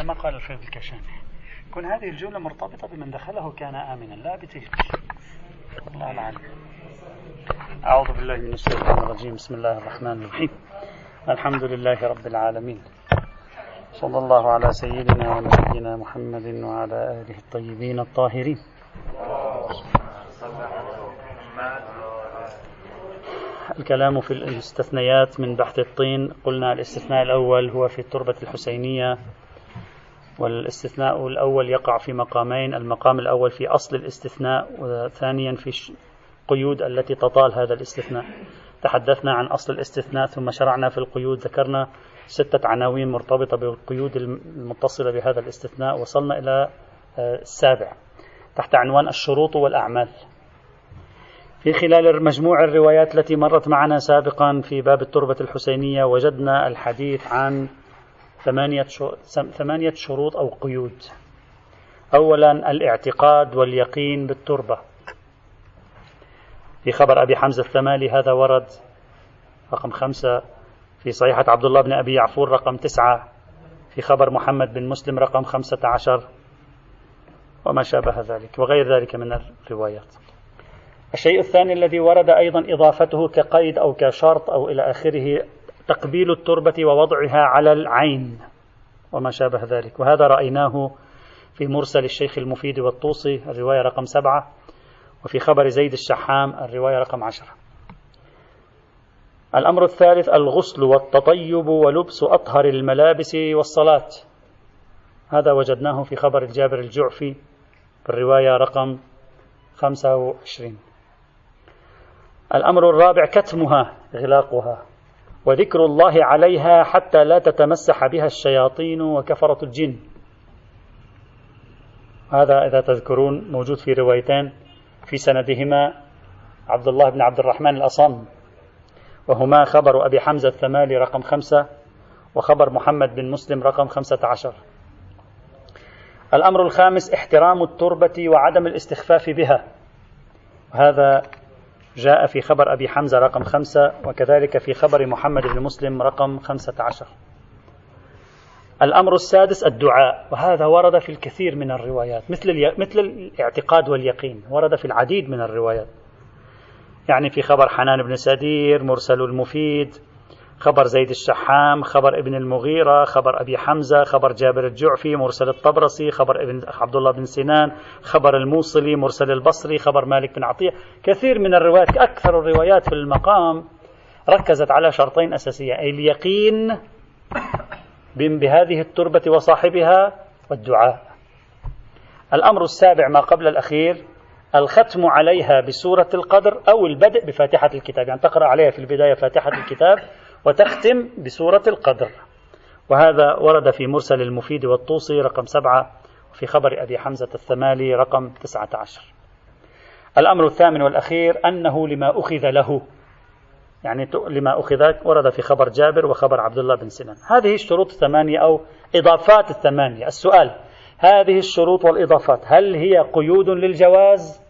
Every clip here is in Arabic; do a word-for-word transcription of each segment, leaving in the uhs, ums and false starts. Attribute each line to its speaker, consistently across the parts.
Speaker 1: كما قال الفيض الكشاني كون هذه الجملة مرتبطة بمن دخله كان آمنا لا بتجريش. الله العالم. أعوذ بالله من الشيطان الرجيم. بسم الله الرحمن الرحيم. الحمد لله رب العالمين، صلى الله على سيدنا ونبينا محمد وعلى آله الطيبين الطاهرين. الكلام في الاستثناءات من بحث الطين. قلنا الاستثناء الأول هو في التربة الحسينية، والاستثناء الأول يقع في مقامين: المقام الأول في أصل الاستثناء، وثانيا في القيود التي تطال هذا الاستثناء. تحدثنا عن أصل الاستثناء ثم شرعنا في القيود، ذكرنا ستة عناوين مرتبطة بالقيود المتصلة بهذا الاستثناء، وصلنا إلى السابع تحت عنوان الشروط والأعمال. في خلال مجموع الروايات التي مرت معنا سابقا في باب التربة الحسينية وجدنا الحديث عن ثمانية ثمانية شروط أو قيود. أولا الاعتقاد واليقين بالتربة. في خبر أبي حمزة الثمالي هذا ورد رقم خمسة، في صحيحة عبد الله بن أبي يعفور رقم تسعة، في خبر محمد بن مسلم رقم خمسة عشر، وما شابه ذلك وغير ذلك من الروايات. الشيء الثاني الذي ورد أيضا إضافته كقيد أو كشرط أو إلى آخره تقبيل التربة ووضعها على العين وما شابه ذلك، وهذا رأيناه في مرسل الشيخ المفيد والطوسي الرواية رقم سبعة، وفي خبر زيد الشحام الرواية رقم عشرة. الأمر الثالث الغسل والتطيب ولبس أطهر الملابس والصلاة، هذا وجدناه في خبر الجابر الجعفي في الرواية رقم خمسة وعشرين. الأمر الرابع كتمها إغلاقها وذكر الله عليها حتى لا تتمسح بها الشياطين وكفرة الجن، هذا إذا تذكرون موجود في روايتين في سندهما عبد الله بن عبد الرحمن الأصم، وهما خبر أبي حمزة الثمالي رقم خمسة وخبر محمد بن مسلم رقم خمسة عشر. الأمر الخامس احترام التربة وعدم الاستخفاف بها، وهذا جاء في خبر أبي حمزة رقم خمسة وكذلك في خبر محمد بن مسلم رقم خمسة عشر. الأمر السادس الدعاء، وهذا ورد في الكثير من الروايات مثل مثل الاعتقاد واليقين، ورد في العديد من الروايات، يعني في خبر حنان بن سدير مرسل المفيد، خبر زيد الشحام، خبر ابن المغيرة، خبر أبي حمزة، خبر جابر الجعفي مرسل الطبرسي، خبر ابن عبد الله بن سنان، خبر الموصلي مرسل البصري، خبر مالك بن عطية. كثير من الروايات، أكثر الروايات في المقام ركزت على شرطين أساسية: اليقين بهذه التربة وصاحبها والدعاء. الأمر السابع ما قبل الأخير الختم عليها بسورة القدر أو البدء بفاتحة الكتاب، يعني تقرأ عليها في البداية فاتحة الكتاب وتختم بسورة القدر، وهذا ورد في مرسل المفيد والطوسي رقم سبعة وفي خبر أبي حمزة الثمالي رقم تسعة عشر. الأمر الثامن والأخير أنه لما أخذ له، يعني لما أخذ ورد في خبر جابر وخبر عبد الله بن سنان. هذه الشروط الثمانية أو إضافات الثمانية. السؤال: هذه الشروط والإضافات هل هي قيود للجواز؟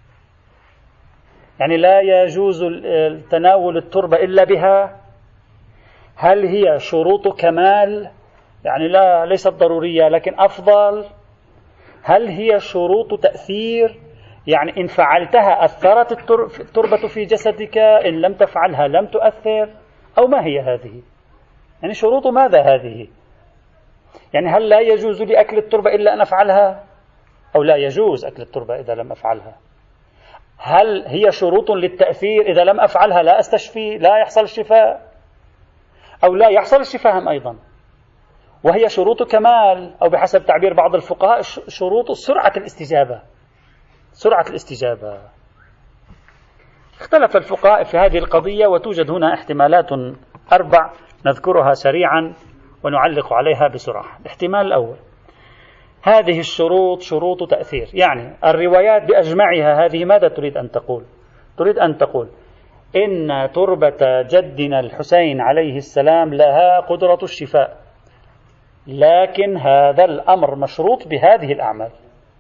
Speaker 1: يعني لا يجوز تناول التربة إلا بها؟ هل هي شروط كمال، يعني لا ليست ضرورية لكن أفضل؟ هل هي شروط تأثير، يعني إن فعلتها أثرت التربة في جسدك، إن لم تفعلها لم تؤثر؟ أو ما هي هذه؟ يعني شروط ماذا هذه؟ يعني هل لا يجوز لي أكل التربة إلا أن أفعلها، أو لا يجوز أكل التربة إذا لم أفعلها؟ هل هي شروط للتأثير، إذا لم أفعلها لا أستشفي، لا يحصل الشفاء، أو لا يحصل الشفاء أيضا؟ وهي شروط كمال، أو بحسب تعبير بعض الفقهاء شروط سرعة الاستجابة. سرعة الاستجابة. اختلف الفقهاء في هذه القضية، وتوجد هنا احتمالات أربع نذكرها سريعا ونعلق عليها بسرعة. الاحتمال الأول: هذه الشروط شروط تأثير، يعني الروايات بأجمعها هذه ماذا تريد أن تقول؟ تريد أن تقول إن تربة جدنا الحسين عليه السلام لها قدرة الشفاء، لكن هذا الأمر مشروط بهذه الأعمال.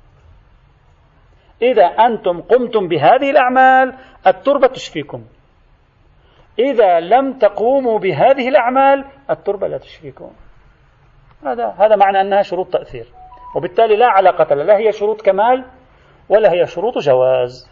Speaker 1: إذا أنتم قمتم بهذه الأعمال التربة تشفيكم، إذا لم تقوموا بهذه الأعمال التربة لا تشفيكم. هذا هذا معنى أنها شروط تأثير، وبالتالي لا علاقة لها، لا هي شروط كمال ولا هي شروط جواز.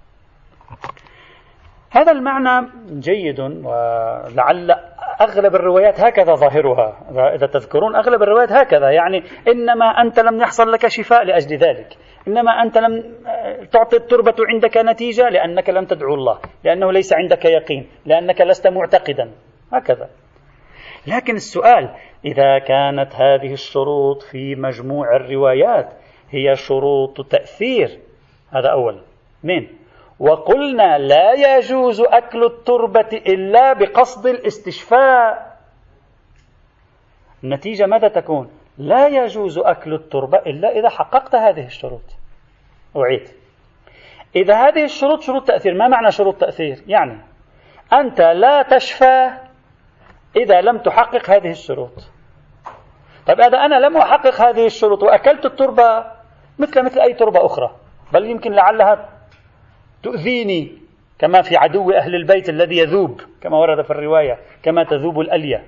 Speaker 1: هذا المعنى جيد، ولعل أغلب الروايات هكذا ظاهرها. إذا تذكرون أغلب الروايات هكذا، يعني إنما أنت لم يحصل لك شفاء لأجل ذلك، إنما أنت لم تعطي التربة عندك نتيجة لأنك لم تدعو الله، لأنه ليس عندك يقين، لأنك لست معتقدا، هكذا. لكن السؤال، إذا كانت هذه الشروط في مجموع الروايات هي شروط تأثير، هذا أولا. اثنين، وقلنا لا يجوز أكل التربة إلا بقصد الاستشفاء، النتيجة ماذا تكون؟ لا يجوز أكل التربة إلا إذا حققت هذه الشروط. أعيد، إذا هذه الشروط شروط تأثير. ما معنى شروط تأثير؟ يعني أنت لا تشفى إذا لم تحقق هذه الشروط. طيب إذا أنا لم أحقق هذه الشروط وأكلت التربة مثل مثل أي تربة أخرى، بل يمكن لعلها تؤذيني كما في عدو أهل البيت الذي يذوب، كما ورد في الرواية كما تذوب الألية.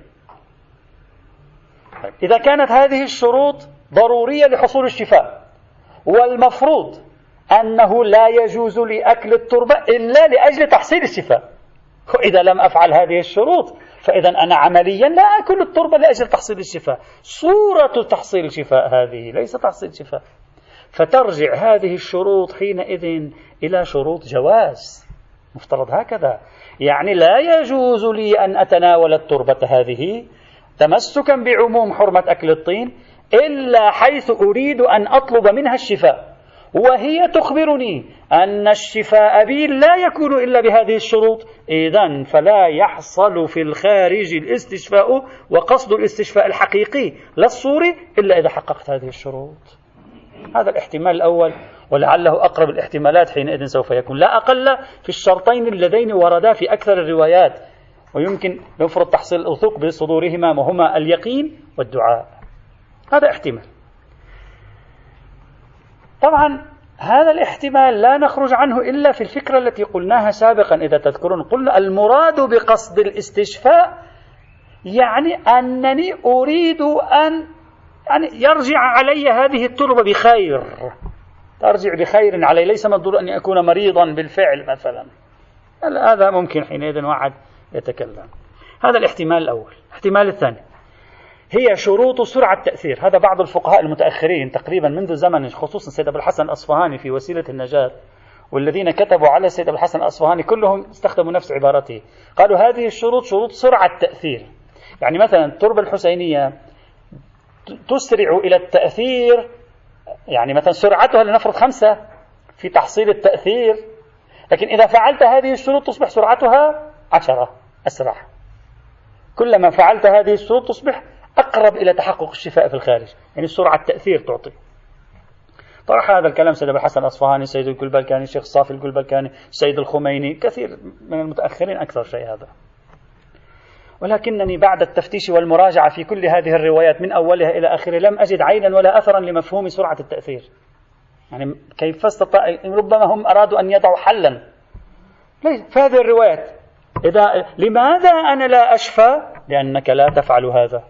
Speaker 1: طيب إذا كانت هذه الشروط ضرورية لحصول الشفاء، والمفروض أنه لا يجوز لي أكل التربة إلا لأجل تحصيل الشفاء، وإذا لم أفعل هذه الشروط فإذا أنا عمليا لا أكل التربة لأجل تحصيل الشفاء. صورة تحصيل الشفاء هذه، ليس تحصيل شفاء. فترجع هذه الشروط حينئذ إلى شروط جواز، مفترض هكذا. يعني لا يجوز لي أن أتناول التربة هذه تمسكا بعموم حرمة أكل الطين إلا حيث أريد أن أطلب منها الشفاء، وهي تخبرني أن الشفاء بي لا يكون إلا بهذه الشروط. إذن فلا يحصل في الخارج الاستشفاء وقصد الاستشفاء الحقيقي لا الصوري إلا إذا حققت هذه الشروط. هذا الاحتمال الأول، ولعله أقرب الاحتمالات حينئذ سوف يكون، لا أقل في الشرطين اللذين وردا في أكثر الروايات، ويمكن يفرض تحصيل الوثوق بصدورهما، وهما اليقين والدعاء. هذا احتمال. طبعا هذا الاحتمال لا نخرج عنه إلا في الفكرة التي قلناها سابقا. إذا تذكرون قلنا المراد بقصد الاستشفاء يعني أنني أريد أن يعني يرجع علي هذه التربة بخير، ترجع بخير علي، ليس مضر أن يكون مريضا بالفعل مثلا. هذا ممكن حينئذ واحد يتكلم. هذا الاحتمال الأول. الاحتمال الثاني هي شروط سرعة التأثير. هذا بعض الفقهاء المتأخرين تقريبا منذ زمن، خصوصا السيد أبو الحسن الأصفهاني في وسيلة النجاة، والذين كتبوا على السيد أبو الحسن الأصفهاني كلهم استخدموا نفس عبارته. قالوا هذه الشروط شروط سرعة التأثير. يعني مثلا التربة الحسينية تسرع إلى التأثير، يعني مثلا سرعتها لنفرض خمسة في تحصيل التأثير، لكن إذا فعلت هذه الشروط تصبح سرعتها عشرة أسرع. كلما فعلت هذه الشروط تصبح أقرب إلى تحقق الشفاء في الخارج، يعني سرعة التأثير تعطي. طرح هذا الكلام سيد أبو الحسن الأصفهاني، السيد الجلبلكاني، الشيخ صافي الجلبلكاني، السيد الخميني، كثير من المتأخرين أكثر شيء هذا. ولكنني بعد التفتيش والمراجعة في كل هذه الروايات من أولها إلى آخرها لم أجد عينا ولا أثرا لمفهوم سرعة التأثير. يعني كيف استطاع؟ ربما هم أرادوا أن يضعوا حلا في هذه الروايات. إذا لماذا أنا لا أشفى؟ لأنك لا تفعل هذا.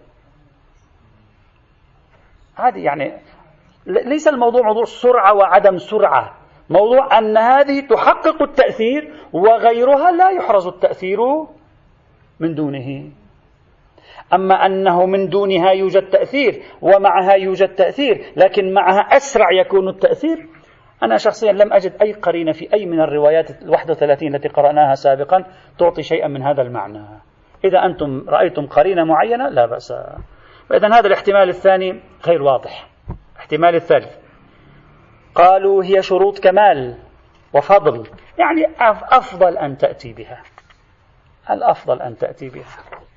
Speaker 1: هذه يعني ليس الموضوع موضوع سرعة وعدم سرعة، موضوع أن هذه تحقق التأثير وغيرها لا يحرز التأثير من دونه. أما أنه من دونها يوجد تأثير ومعها يوجد تأثير، لكن معها أسرع يكون التأثير، أنا شخصيا لم أجد أي قرينة في أي من الروايات الواحد وثلاثين التي قرأناها سابقا تعطي شيئا من هذا المعنى. إذا أنتم رأيتم قرينة معينة لا بأس. فإذن هذا الاحتمال الثاني غير واضح. الاحتمال الثالث قالوا هي شروط كمال وفضل، يعني أفضل أن تأتي بها، الأفضل أن تأتي بها،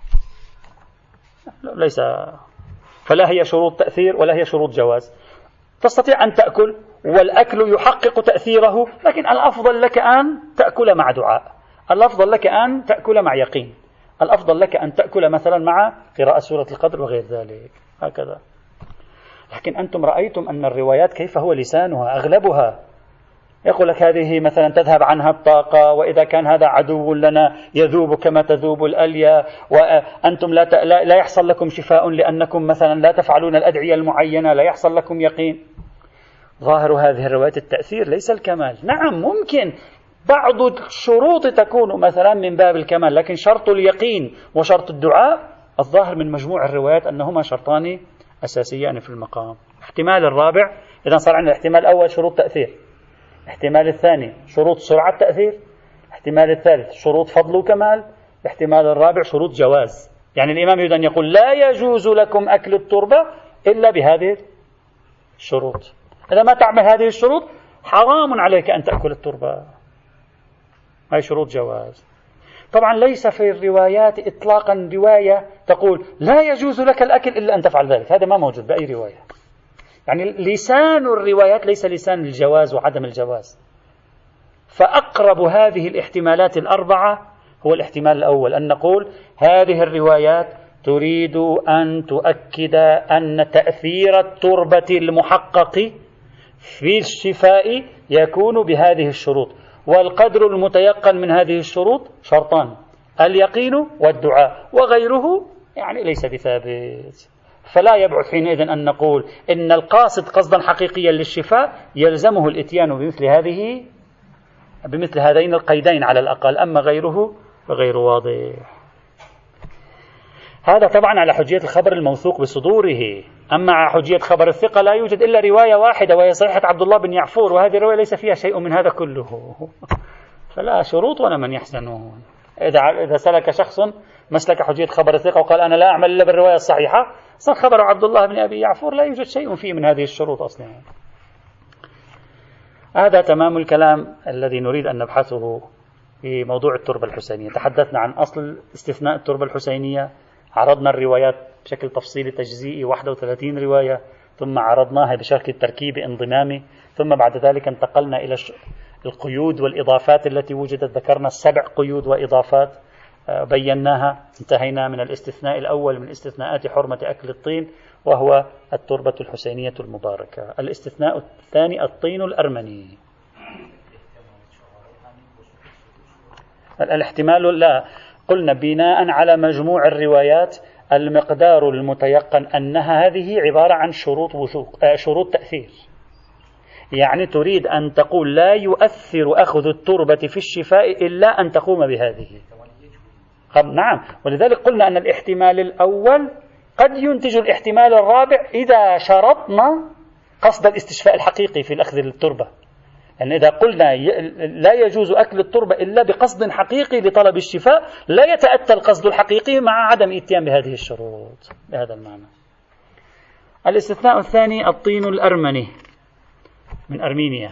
Speaker 1: ليس فلا هي شروط تأثير ولا هي شروط جواز. تستطيع أن تأكل والأكل يحقق تأثيره، لكن الأفضل لك أن تأكل مع دعاء، الأفضل لك أن تأكل مع يقين، الأفضل لك أن تأكل مثلا مع قراءة سورة القدر وغير ذلك، هكذا. لكن أنتم رأيتم أن الروايات كيف هو لسانها أغلبها يقول لك هذه مثلا تذهب عنها الطاقة، وإذا كان هذا عدو لنا يذوب كما تذوب الألية، وأنتم لا, لا, لا يحصل لكم شفاء لأنكم مثلا لا تفعلون الأدعية المعينة، لا يحصل لكم يقين. ظاهر هذه الروايات التأثير ليس الكمال. نعم ممكن بعض الشروط تكون مثلا من باب الكمال، لكن شرط اليقين وشرط الدعاء الظاهر من مجموع الروايات أنهما شرطان أساسيان في المقام. احتمال الرابع، إذا صار عندنا الاحتمال الأول شروط تأثير، احتمال الثاني شروط سرعة تأثير، احتمال الثالث شروط فضل وكمال، احتمال الرابع شروط جواز. يعني الإمام يريد أن يقول لا يجوز لكم أكل التربة إلا بهذه الشروط. إذا ما تعمل هذه الشروط حرام عليك أن تأكل التربة. هاي شروط جواز. طبعا ليس في الروايات إطلاقا رواية تقول لا يجوز لك الأكل إلا أن تفعل ذلك، هذا ما موجود بأي رواية. يعني لسان الروايات ليس لسان الجواز وعدم الجواز. فأقرب هذه الاحتمالات الأربعة هو الاحتمال الأول، أن نقول هذه الروايات تريد أن تؤكد أن تأثير التربة المحقق في الشفاء يكون بهذه الشروط، والقدر المتيقن من هذه الشروط شرطان: اليقين والدعاء، وغيره يعني ليس بثابت. فلا يبعد حينئذ أن نقول إن القاصد قصدا حقيقيا للشفاء يلزمه الإتيان بمثل هذه بمثل هذين القيدين على الأقل، أما غيره فغير واضح. هذا طبعا على حجية الخبر الموثوق بصدوره. أما على حجية خبر الثقة لا يوجد إلا رواية واحدة وهي صحيحة عبد الله بن يعفور، وهذه الرواية ليس فيها شيء من هذا كله. فلا شروط ولا من يحسنون. إذا إذا سلك شخص مسلك حجية خبر الثقة وقال أنا لا أعمل إلا بالرواية الصحيحة، أصلا خبر عبد الله بن أبي يعفور لا يوجد شيء فيه من هذه الشروط أصلا. هذا تمام الكلام الذي نريد أن نبحثه في موضوع التربة الحسينية. تحدثنا عن أصل استثناء التربة الحسينية، عرضنا الروايات بشكل تفصيلي تجزئي واحد وثلاثين رواية، ثم عرضناها بشكل تركيبي انضمامي، ثم بعد ذلك انتقلنا إلى القيود والإضافات التي وجدت. ذكرنا السبع قيود وإضافات بيناها. انتهينا من الاستثناء الأول من استثناءات حرمة أكل الطين، وهو التربة الحسينية المباركة. الاستثناء الثاني الطين الأرمني. الاحتمال لا، قلنا بناء على مجموع الروايات المقدار المتيقن أنها هذه عبارة عن شروط وثوق آه شروط تأثير. يعني تريد أن تقول لا يؤثر أخذ التربة في الشفاء إلا أن تقوم بهذه. نعم، ولذلك قلنا أن الاحتمال الأول قد ينتج الاحتمال الرابع إذا شرطنا قصد الاستشفاء الحقيقي في الأخذ للتربة. يعني إذا قلنا لا يجوز أكل التربة إلا بقصد حقيقي لطلب الشفاء، لا يتأتى القصد الحقيقي مع عدم الاتيان بهذه الشروط. بهذا المعنى. الاستثناء الثاني الطين الأرمني من أرمينيا.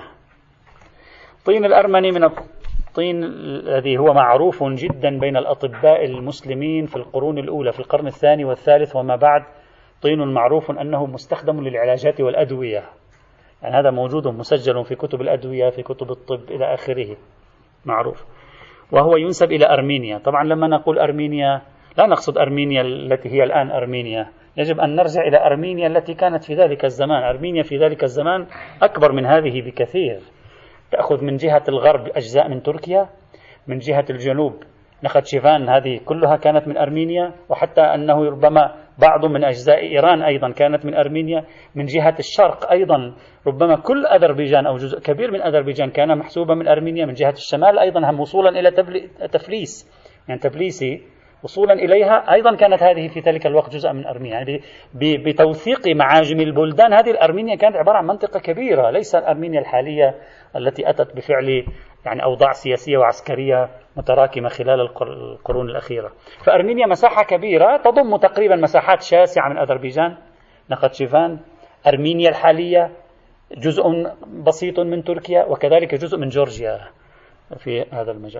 Speaker 1: الطين الأرمني من الطين الذي هو معروف جدا بين الأطباء المسلمين في القرون الأولى، في القرن الثاني والثالث وما بعد. طين معروف أنه مستخدم للعلاجات والأدوية، يعني هذا موجود مسجل في كتب الأدوية في كتب الطب إلى آخره، معروف. وهو ينسب إلى أرمينيا. طبعا لما نقول أرمينيا لا نقصد أرمينيا التي هي الآن أرمينيا، يجب أن نرجع إلى أرمينيا التي كانت في ذلك الزمان. أرمينيا في ذلك الزمان أكبر من هذه بكثير، تأخذ من جهة الغرب أجزاء من تركيا، من جهة الجنوب نخاتشيفان هذه كلها كانت من أرمينيا، وحتى أنه ربما بعض من أجزاء إيران أيضا كانت من أرمينيا. من جهة الشرق أيضا ربما كل أذربيجان أو جزء كبير من أذربيجان كان محسوبا من أرمينيا. من جهة الشمال أيضا هم وصولا إلى تفليس، يعني تبليسي وصولا إليها أيضا كانت هذه في ذلك الوقت جزء من أرمينيا. يعني بتوثيق معاجم البلدان هذه الأرمينيا كانت عبارة عن منطقة كبيرة، ليس أرمينيا الحالية التي أتت بفعل يعني أوضاع سياسية وعسكرية متراكمة خلال القرون الأخيرة. فأرمينيا مساحة كبيرة تضم تقريبا مساحات شاسعة من أذربيجان، نخاتشيفان، أرمينيا الحالية، جزء بسيط من تركيا، وكذلك جزء من جورجيا في هذا المجال.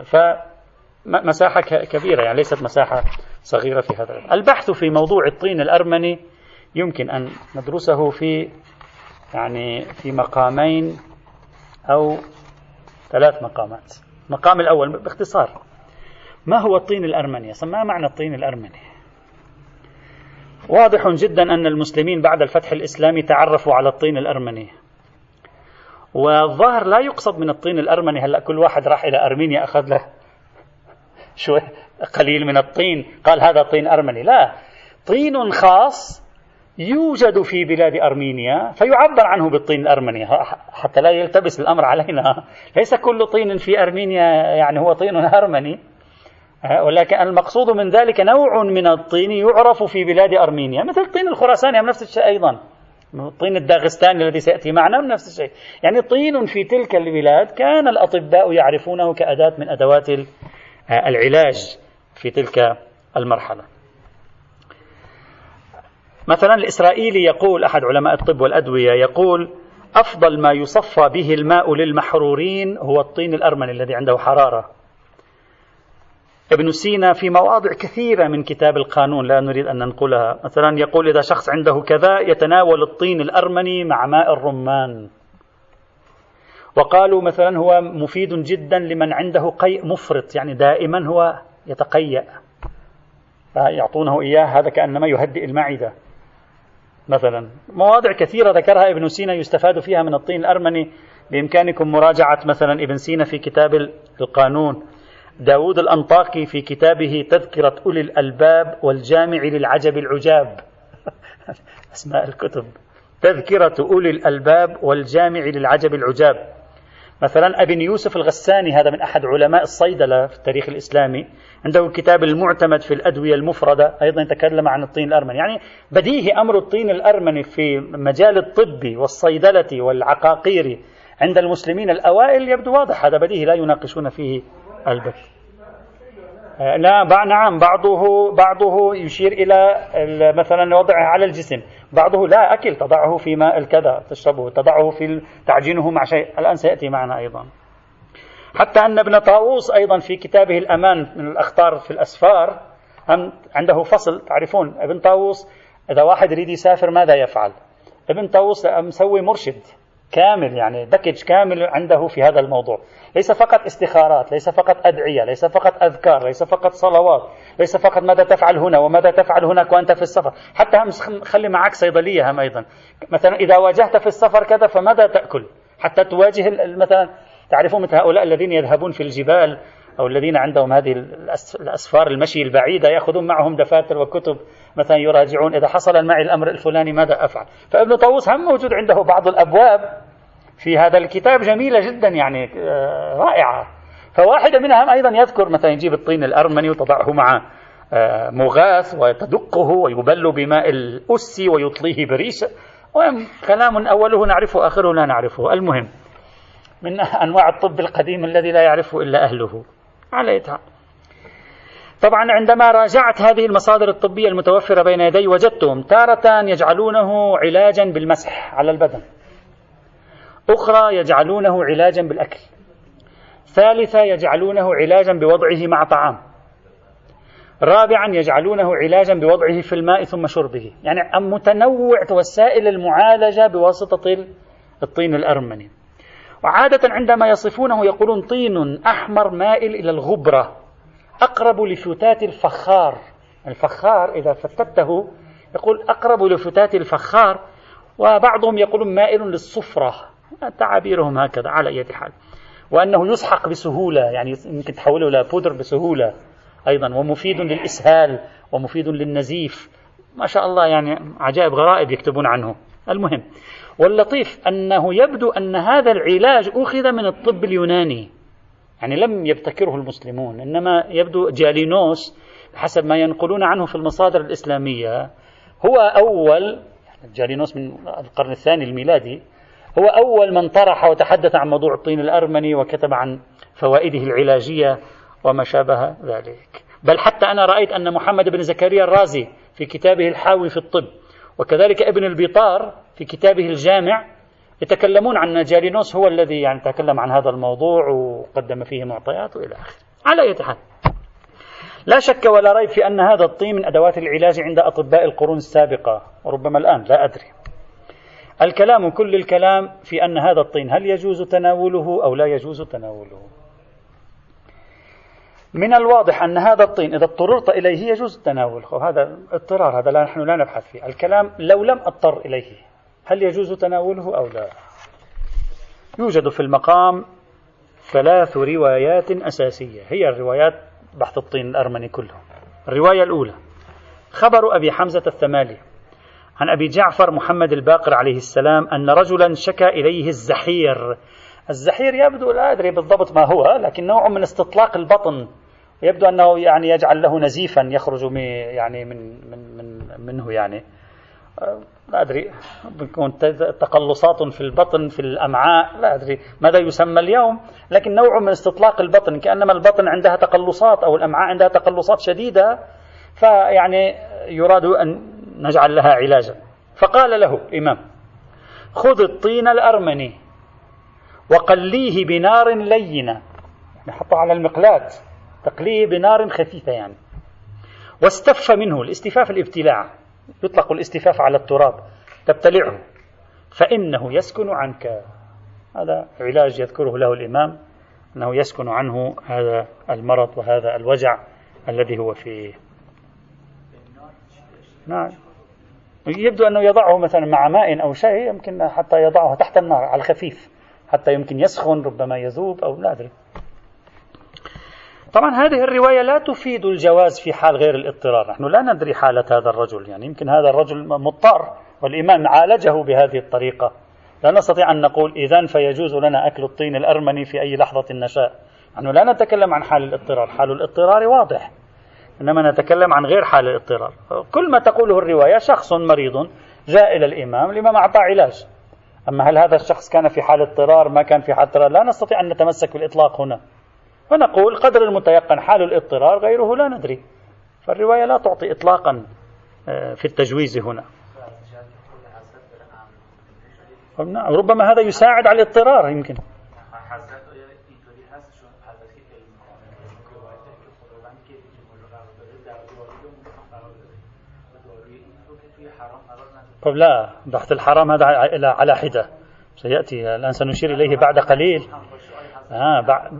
Speaker 1: فمساحة كبيرة، يعني ليست مساحة صغيرة في هذا. البحث في موضوع الطين الأرمني يمكن أن ندرسه في يعني في مقامين أو ثلاث مقامات. المقام الأول باختصار، ما هو الطين الأرمني؟ ما معنى الطين الأرمني؟ واضح جدا أن المسلمين بعد الفتح الإسلامي تعرفوا على الطين الأرمني، والظاهر لا يقصد من الطين الأرمني. هلأ كل واحد راح إلى أرمينيا أخذ له شوي قليل من الطين قال هذا طين أرمني، لا، طين خاص يوجد في بلاد أرمينيا فيعبر عنه بالطين الأرمني حتى لا يلتبس الأمر علينا. ليس كل طين في أرمينيا يعني هو طين أرمني، ولكن المقصود من ذلك نوع من الطين يعرف في بلاد أرمينيا، مثل الطين الخراساني نفس الشيء أيضا، الطين الداغستاني الذي سيأتي معنا نفس الشيء، يعني طين في تلك البلاد كان الأطباء يعرفونه كأداة من أدوات العلاج في تلك المرحلة. مثلا الإسرائيلي يقول، أحد علماء الطب والأدوية يقول أفضل ما يصفى به الماء للمحرورين هو الطين الأرمني الذي عنده حرارة. ابن سينا في مواضع كثيرة من كتاب القانون لا نريد أن ننقلها مثلا يقول إذا شخص عنده كذا يتناول الطين الأرمني مع ماء الرمان. وقالوا مثلا هو مفيد جدا لمن عنده قيء مفرط، يعني دائما هو يتقيأ فيعطونه إياه، هذا كأنما يهدئ المعدة مثلا. مواضع كثيرة ذكرها ابن سينا يستفاد فيها من الطين الأرمني، بإمكانكم مراجعة مثلا ابن سينا في كتاب القانون، داود الأنطاكي في كتابه تذكرة أولي الألباب والجامع للعجب العجاب اسماء الكتب، تذكرة أولي الألباب والجامع للعجب العجاب. مثلا ابن يوسف الغساني، هذا من أحد علماء الصيدلة في التاريخ الإسلامي، عنده الكتاب المعتمد في الأدوية المفردة، أيضا يتكلم عن الطين الأرمني. يعني بديهي أمر الطين الأرمني في مجال الطب والصيدلة والعقاقير عند المسلمين الأوائل يبدو واضح، هذا بديهي لا يناقشون فيه البت. لا نعم، بعضه بعضه يشير إلى مثلا وضعه على الجسم، بعضه لا أكل تضعه في ماء الكذا تشربه، تضعه في تعجينه مع شيء، الآن سيأتي معنا أيضا. حتى أن ابن طاووس أيضا في كتابه الأمان من الأخطار في الأسفار عنده فصل، تعرفون ابن طاووس إذا واحد يريد يسافر ماذا يفعل؟ ابن طاووس مسوي مرشد كامل، يعني باكج كامل عنده في هذا الموضوع، ليس فقط استخارات، ليس فقط أدعية، ليس فقط أذكار، ليس فقط صلوات، ليس فقط ماذا تفعل هنا وماذا تفعل هناك وأنت في السفر، حتى هم خلي معك صيدلية هم أيضا، مثلا إذا واجهت في السفر كذا فماذا تأكل، حتى تواجه مثلا تعرفون مثل هؤلاء الذين يذهبون في الجبال أو الذين عندهم هذه الأسفار المشي البعيدة يأخذون معهم دفاتر وكتب مثلا يراجعون إذا حصل معي الأمر الفلاني ماذا أفعل. فابن طاووس هم موجود عنده بعض الأبواب في هذا الكتاب جميلة جدا يعني رائعة، فواحدة منها أيضا يذكر مثلا يجيب الطين الأرمني وتضعه مع مغاث وتدقه ويبل بماء الأسي ويطليه بريشة، كلام أوله نعرفه آخره لا نعرفه. المهم من أنواع الطب القديم الذي لا يعرفه إلا أهله على يتعب. طبعا عندما راجعت هذه المصادر الطبية المتوفرة بين يدي وجدتهم تارة يجعلونه علاجا بالمسح على البدن، أخرى يجعلونه علاجا بالأكل، ثالثة يجعلونه علاجا بوضعه مع طعام، رابعا يجعلونه علاجا بوضعه في الماء ثم شربه، يعني متنوع وسائل المعالجة بواسطة الطين الأرمني. وعادة عندما يصفونه يقولون طين أحمر مائل إلى الغبرة أقرب لفتات الفخار، الفخار إذا فتته يقول أقرب لفتات الفخار، وبعضهم يقولون مائل للصفرة، تعابيرهم هكذا على أي حال، وأنه يسحق بسهولة، يعني يمكن تحوله إلى بودر بسهولة أيضا، ومفيد للإسهال ومفيد للنزيف، ما شاء الله يعني عجائب غرائب يكتبون عنه. المهم واللطيف أنه يبدو أن هذا العلاج أخذ من الطب اليوناني، يعني لم يبتكره المسلمون، إنما يبدو جالينوس حسب ما ينقلون عنه في المصادر الإسلامية هو أول، جالينوس من القرن الثاني الميلادي، هو أول من طرح وتحدث عن موضوع الطين الأرمني وكتب عن فوائده العلاجية وما شابه ذلك. بل حتى أنا رأيت أن محمد بن زكريا الرازي في كتابه الحاوي في الطب، وكذلك ابن البيطار في كتابه الجامع، يتكلمون عن جالينوس هو الذي يعني تكلم عن هذا الموضوع وقدم فيه معطيات وإلى آخره. على أي حال لا شك ولا ريب في أن هذا الطين من أدوات العلاج عند أطباء القرون السابقة وربما الآن لا أدري. الكلام كل الكلام في أن هذا الطين هل يجوز تناوله أو لا يجوز تناوله. من الواضح أن هذا الطين إذا اضطررت إليه يجوز تناوله، هذا اضطرار، هذا لا نحن لا نبحث فيه. الكلام لو لم أضطر إليه هل يجوز تناوله أو لا. يوجد في المقام ثلاث روايات أساسية، هي الروايات بحث الطين الأرمني كلهم. الرواية الأولى خبر أبي حمزة الثمالي عن أبي جعفر محمد الباقر عليه السلام أن رجلا شكى إليه الزحير. الزحير يبدو لا أدري بالضبط ما هو، لكن نوع من استطلاق البطن، يبدو أنه يعني يجعل له نزيفا يخرج من يعني من من من منه يعني لا أدري، بيكون تقلصات في البطن في الأمعاء، لا أدري ماذا يسمى اليوم، لكن نوع من استطلاق البطن، كأنما البطن عندها تقلصات أو الأمعاء عندها تقلصات شديدة، فيعني يراد أن نجعل لها علاجا. فقال له الإمام: خذ الطين الأرمني وقليه بنار لينة، نحطه على المقلاة، تقليه بنار خفيفة يعني، واستف منه، الاستفاف الابتلاع، يطلق الاستفاف على التراب، تبتلعه فإنه يسكن عنك. هذا علاج يذكره له الإمام، أنه يسكن عنه هذا المرض وهذا الوجع الذي هو فيه. نعم، يبدو أنه يضعه مثلا مع ماء أو شيء، يمكن حتى يضعه تحت النار على الخفيف حتى يمكن يسخن، ربما يذوب أو لا أدري. طبعا هذه الرواية لا تفيد الجواز في حال غير الاضطرار، نحن لا ندري حالة هذا الرجل، يعني يمكن هذا الرجل مضطر والإمام عالجه بهذه الطريقة، لا نستطيع أن نقول إذن فيجوز لنا أكل الطين الأرمني في أي لحظة نشاء. نحن لا نتكلم عن حال الاضطرار، حال الاضطرار واضح، إنما نتكلم عن غير حال الاضطرار. كل ما تقوله الرواية شخص مريض جاء إلى الإمام، الإمام أعطى علاج، أما هل هذا الشخص كان في حال اضطرار ما كان في حال اضطرار، لا نستطيع أن نتمسك بالإطلاق هنا، ونقول قدر المتيقن حال الاضطرار، غيره لا ندري. فالرواية لا تعطي إطلاقا في التجويز هنا. ربما هذا يساعد على الاضطرار يمكن. طب لا، بحث الحرام هذا على حدة سيأتي الآن، سنشير إليه بعد قليل. آه بعد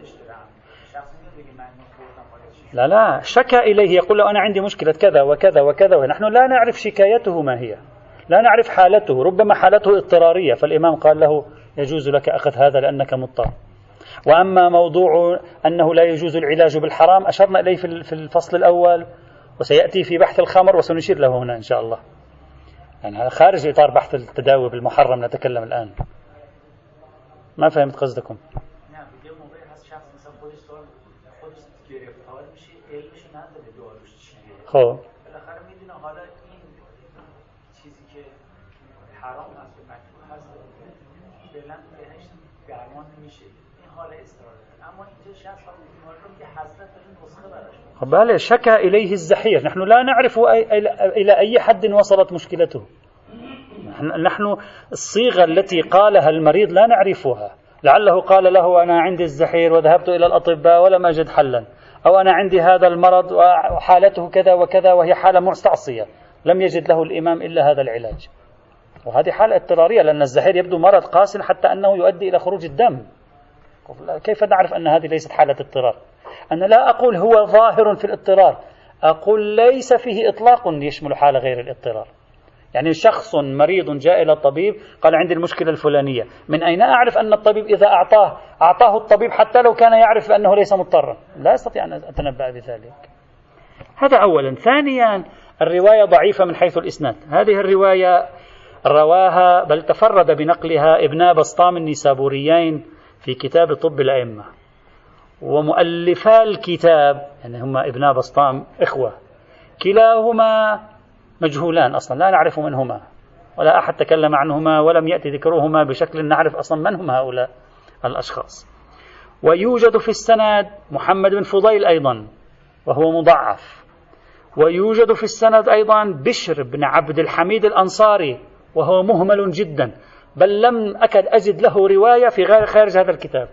Speaker 1: لا لا شكى إليه، يقول له أنا عندي مشكلة كذا وكذا وكذا، ونحن لا نعرف شكايته ما هي، لا نعرف حالته، ربما حالته اضطرارية، فالإمام قال له يجوز لك أخذ هذا لأنك مضطر. وأما موضوع أنه لا يجوز العلاج بالحرام أشرنا إليه في الفصل الأول، وسيأتي في بحث الخمر وسنشير له هنا إن شاء الله، يعني هذا خارج إطار بحث التداوي بالمحرم نتكلم الآن. ما فهمت قصدكم؟ خب خب بله شكى إليه الزحير، نحن لا نعرف إلى أي حد وصلت مشكلته، نحن الصيغة التي قالها المريض لا نعرفها، لعله قال له أنا عندي الزحير وذهبت إلى الأطباء ولم أجد حلا، أو أنا عندي هذا المرض وحالته كذا وكذا وهي حالة مستعصية، لم يجد له الإمام إلا هذا العلاج، وهذه حالة اضطرارية، لأن الزحير يبدو مرض قاس حتى أنه يؤدي إلى خروج الدم. كيف نعرف أن هذه ليست حالة اضطرار؟ أنا لا أقول هو ظاهر في الاضطرار، أقول ليس فيه إطلاق يشمل حالة غير الاضطرار. يعني شخص مريض جاء إلى الطبيب قال عندي المشكلة الفلانية، من أين أعرف أن الطبيب إذا أعطاه أعطاه الطبيب حتى لو كان يعرف أنه ليس مضطرا؟ لا أستطيع أن أتنبأ بذلك. هذا أولا. ثانيا الرواية ضعيفة من حيث الإسناد، هذه الرواية رواها بل تفرد بنقلها ابن بسطام النيسابوريين في كتاب طب الأئمة، ومؤلفا الكتاب يعني هما ابن بسطام إخوة، كلاهما مجهولان أصلا، لا نعرف من هما ولا أحد تكلم عنهما ولم يأتي ذكرهما بشكل نعرف أصلا من هم هؤلاء الأشخاص. ويوجد في السند محمد بن فضيل أيضا وهو مضعف، ويوجد في السند أيضا بشر بن عبد الحميد الأنصاري وهو مهمل جدا، بل لم أكد أجد له رواية في غير خارج هذا الكتاب.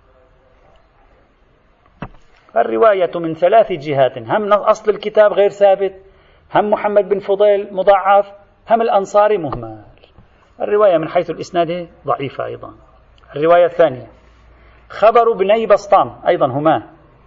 Speaker 1: الرواية من ثلاث جهات، هم أصل الكتاب غير ثابت، هم محمد بن فضيل مضعف، هم الأنصاري مهمل. الرواية من حيث الإسناد ضعيفة أيضا. الرواية الثانية خبر بني بسطام أيضا هما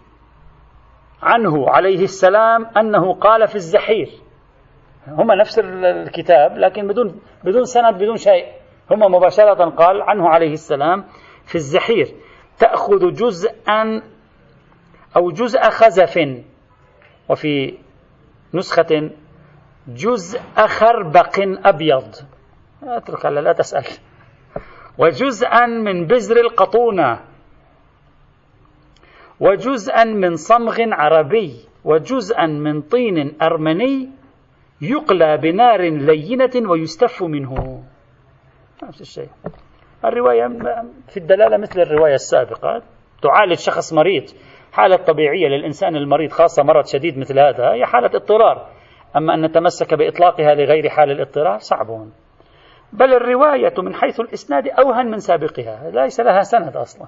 Speaker 1: عنه عليه السلام أنه قال في الزحير، هما نفس الكتاب لكن بدون بدون سند بدون شيء، هم مباشرة قال عنه عليه السلام في الزحير: تأخذ جزءا أو جزء خزف، وفي نسخة جزء خربق أبيض، اترك هلا لا تسأل، وجزءا من بزر القطونة، وجزءا من صمغ عربي، وجزءا من طين أرمني يقلى بنار لينة ويستف منه. نفس الشيء. الرواية في الدلالة مثل الرواية السابقة، تعالج شخص مريض. حالة طبيعية للإنسان المريض، خاصة مرض شديد مثل هذا، هي حالة اضطرار، أما أن نتمسك بإطلاقها لغير حال الاضطرار صعب. بل الرواية من حيث الإسناد أوهن من سابقها، ليس لها سند أصلا.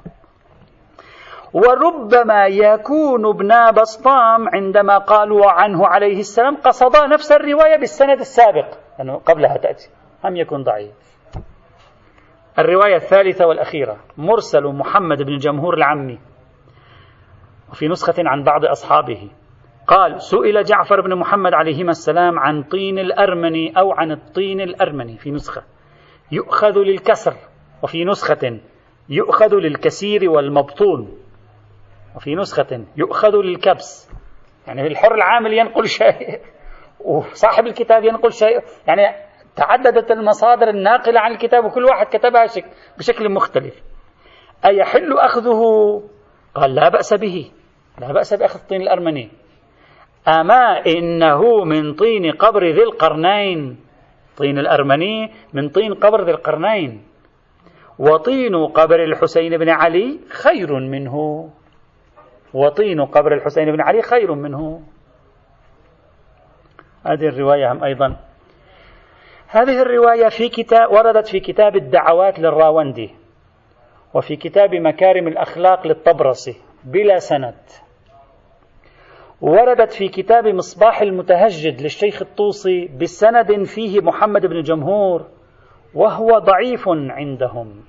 Speaker 1: وربما يكون ابن بسطام عندما قالوا عنه عليه السلام قصدا نفس الرواية بالسند السابق، لأنه يعني قبلها تأتي، هم يكون ضعيف. الرواية الثالثة والأخيرة مرسل محمد بن الجمهور العمي، وفي نسخة عن بعض أصحابه قال: سئل جعفر بن محمد عليهما السلام عن طين الأرمني أو عن الطين الأرمني، في نسخة يؤخذ للكسر، وفي نسخة يؤخذ للكسير والمبطون، وفي نسخة يؤخذ للكبس. يعني الحر العامل ينقل شيء وصاحب الكتاب ينقل شيء، يعني تعددت المصادر الناقلة عن الكتاب وكل واحد كتبها بشكل مختلف. أيحل أخذه؟ قال: لا بأس به، لا بأس بأخذ الطين الأرمني. أما إنه من طين قبر ذي القرنين، طين الأرمني من طين قبر ذي القرنين، وطين قبر الحسين بن علي خير منه، وطين قبر الحسين بن علي خير منه. هذه الرواية هم أيضا، هذه الرواية في كتاب وردت في كتاب الدعوات للراوندي، وفي كتاب مكارم الأخلاق للطبرسي بلا سند، وردت في كتاب مصباح المتهجد للشيخ الطوسي بسند فيه محمد بن الجمهور وهو ضعيف عندهم.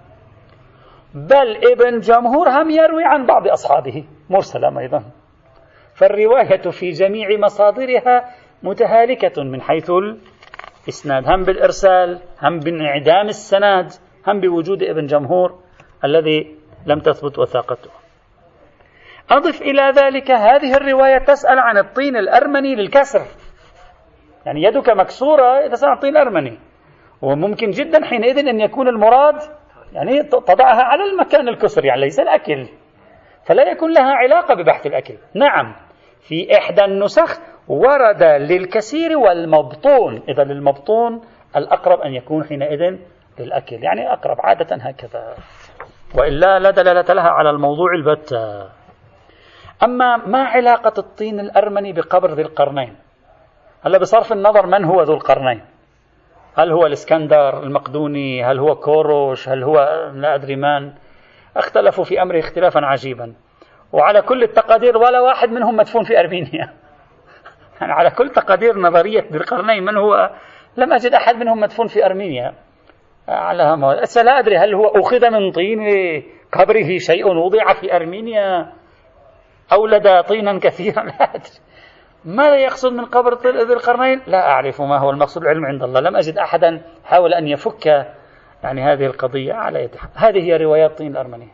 Speaker 1: بل ابن جمهور هم يروي عن بعض أصحابه مرسلا أيضا. فالرواية في جميع مصادرها متهالكة من حيث الإسناد، هم بالإرسال، هم بانعدام السند، هم بوجود ابن جمهور الذي لم تثبت وثاقته. أضف إلى ذلك هذه الرواية تسأل عن الطين الأرمني للكسر، يعني يدك مكسورة تسأل عن الطين الأرمني، وممكن جدا حينئذ أن يكون المراد يعني تضعها على المكان الكسر، يعني ليس الأكل، فلا يكون لها علاقة ببحث الأكل. نعم في إحدى النسخ ورد للكسير والمبطون، إذا للمبطون الأقرب أن يكون حينئذ للأكل، يعني أقرب عادة هكذا، وإلا لا دلالة لها على الموضوع البتة. أما ما علاقة الطين الأرمني بقبر ذي القرنين؟ هلا بصرف النظر من هو ذو القرنين، هل هو الإسكندر المقدوني، هل هو كوروش، هل هو لا أدري من، اختلفوا في أمره اختلافا عجيبا، وعلى كل التقادير ولا واحد منهم مدفون في أرمينيا. يعني على كل تقادير نظرية ذي القرنين من هو، لم أجد أحد منهم مدفون في أرمينيا. على هم لا أدري هل هو أخذ من طين قبره شيء وضع في أرمينيا، أولد طينا كثيرا، لا أدري ماذا يقصد من قبر ذي القرنين، لا أعرف ما هو المقصود، العلم عند الله. لم أجد أحدا حاول أن يفك يعني هذه القضية على يده. هذه هي روايات الطين الأرمني.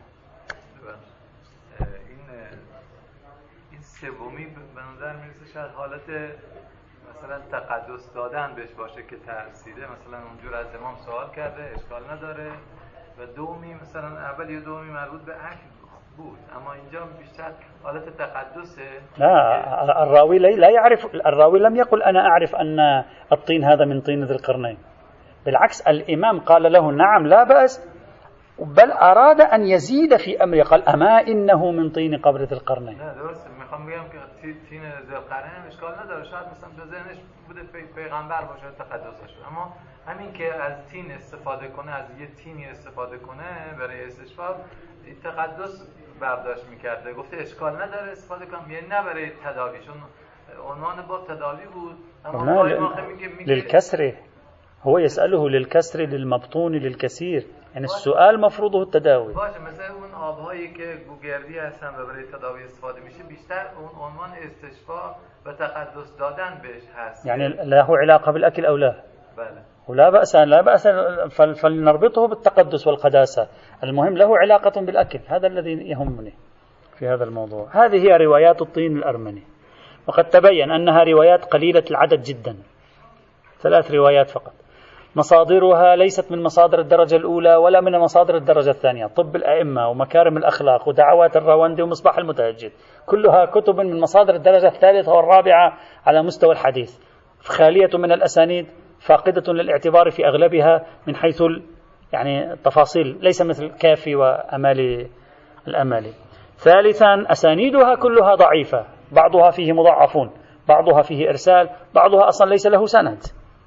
Speaker 2: سومی به نظر میرسه شاید حالت مثلا تقدس دادن بهش باشه که ترسیده، مثلا اونجور از امام سوال کرده اشکال نداره، و دومی مثلا اول یا دومی مربوط به اکل بود، اما اینجا بیشتر حالت تقدسه.
Speaker 1: لا الراوي لا يعرف، الراوي لم يقل أنا أعرف أن الطين هذا من طين ذي القرنين، بالعكس الإمام قال له نعم لا بأس، بل أراد أن يزيد في أمره، قال أما إنه من طين قبر ذي القرنين.
Speaker 2: نه درست، میخوام بگم که طین ذی القرنین اشکال نداره، شاید مثلا به ذهنش بوده پیغمبر باشه تقدسش، اما همین که از تین استفاده کنه، از یه تینی استفاده کنه برای استشفاء، تقدس برداشت میکرده، گفته اشکال نداره استفاده کنم، یعنی نه برای تداوی، چون عنوان باب تداوی بود، اما قائل ماخه میگه
Speaker 1: للكسر، هو يسأله للكسر للمبطون للكثير، يعني السؤال مفروضه التداوي.
Speaker 2: باشه مثلا اون آبهایی که گوگردی هستن و برای تداوی استفاده میشه بیشتر اون عنوان استشفاء و تقدس دادن بهش هست،
Speaker 1: يعني له علاقة بالأكل أو لا؟
Speaker 2: بله.
Speaker 1: ولا بأس لا بأس فلنربطه بالتقدس والقداسة، المهم له علاقة بالأكل، هذا الذي يهمني في هذا الموضوع. هذه هي روايات الطين الأرمني، وقد تبين أنها روايات قليلة العدد جدا، ثلاث روايات فقط، مصادرها ليست من مصادر الدرجة الأولى ولا من مصادر الدرجة الثانية، طب الأئمة ومكارم الأخلاق ودعوات الراوندي ومصباح المتهجد، كلها كتب من مصادر الدرجة الثالثة والرابعة على مستوى الحديث، خالية من الأسانيد، فاقدة للاعتبار في أغلبها من حيث يعني التفاصيل، ليس مثل كافي وأمالي الأمالي. ثالثا أسانيدها كلها ضعيفة، بعضها فيه مضاعفون، بعضها فيه إرسال، بعضها أصلا ليس له سند،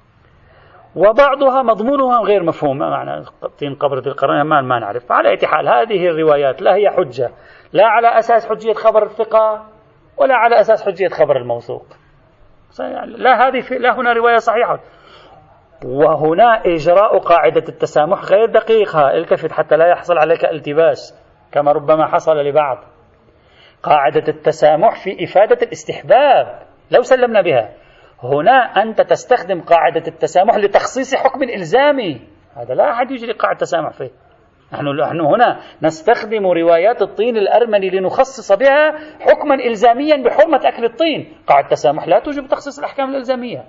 Speaker 1: وبعضها مضمونها غير مفهوم، معنى طين قبر ذي القرنين ما ما نعرف. على أي حال هذه الروايات لا هي حجة لا على أساس حجية خبر الثقة ولا على أساس حجية خبر الموثوق، لا هذه في لا هنا رواية صحيحة. وهنا إجراء قاعدة التسامح غير دقيقة، التفت حتى لا يحصل عليك التباس كما ربما حصل لبعض. قاعدة التسامح في إفادة الاستحباب لو سلمنا بها، هنا أنت تستخدم قاعدة التسامح لتخصيص حكم إلزامي، هذا لا أحد يجري قاعدة التسامح فيه. نحن هنا نستخدم روايات الطين الأرمني لنخصص بها حكما إلزاميا بحرمة أكل الطين، قاعدة التسامح لا توجب تخصيص الأحكام الإلزامية،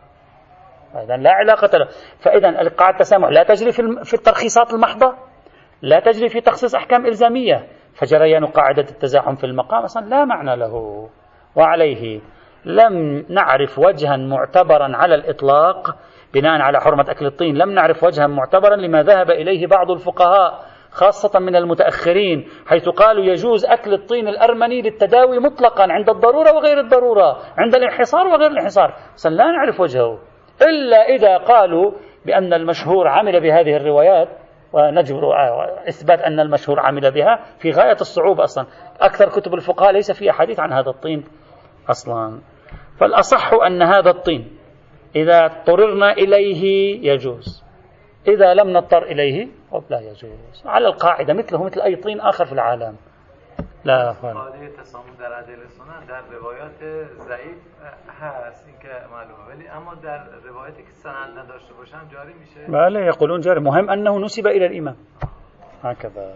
Speaker 1: إذن لا علاقة له. فإذا قاعدة التسامح لا تجري في الترخيصات المحضة، لا تجري في تخصيص أحكام إلزامية، فجريان قاعدة التزاحم في المقام أصلا لا معنى له. وعليه لم نعرف وجها معتبرا على الإطلاق بناء على حرمة أكل الطين، لم نعرف وجها معتبرا لما ذهب إليه بعض الفقهاء خاصة من المتأخرين، حيث قالوا يجوز أكل الطين الأرمني للتداوي مطلقا عند الضرورة وغير الضرورة، عند الانحصار وغير الانحصار، أصلا لا نعرف وجهه إلا إذا قالوا بأن المشهور عمل بهذه الروايات، ونجبر إثبات أن المشهور عمل بها في غاية الصعوبة. أصلا أكثر كتب الفقهاء ليس فيها حديث عن هذا الطين أصلا. فالأصح أن هذا الطين إذا اضطررنا إليه يجوز، إذا لم نضطر إليه لا يجوز، على القاعدة مثله مثل أي طين آخر في العالم. لا
Speaker 2: قاعده تسامح در ادله سنن در روایات ضعیف هست این که معلومه، ولی اما در روایاتی که سند نداشته باشن جاری میشه.
Speaker 1: بله يقولون جاری، مهم انه نسب الى الامام هكذا.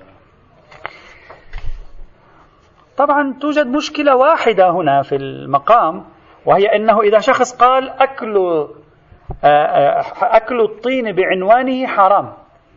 Speaker 1: طبعا توجد مشكلة واحدة هنا في المقام، وهي انه اذا شخص قال اكل اكل الطين بعنوانه حرام،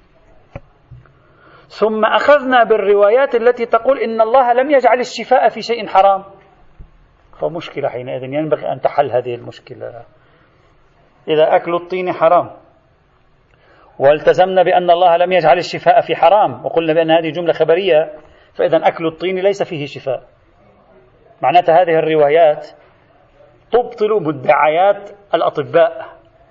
Speaker 1: ثم أخذنا بالروايات التي تقول إن الله لم يجعل الشفاء في شيء حرام، فمشكلة حينئذ ينبغي أن تحل هذه المشكلة. إذا أكل الطين حرام والتزمنا بأن الله لم يجعل الشفاء في حرام وقلنا بأن هذه جملة خبرية، فإذا أكل الطين ليس فيه شفاء، معناتها هذه الروايات تبطل مدعيات الأطباء،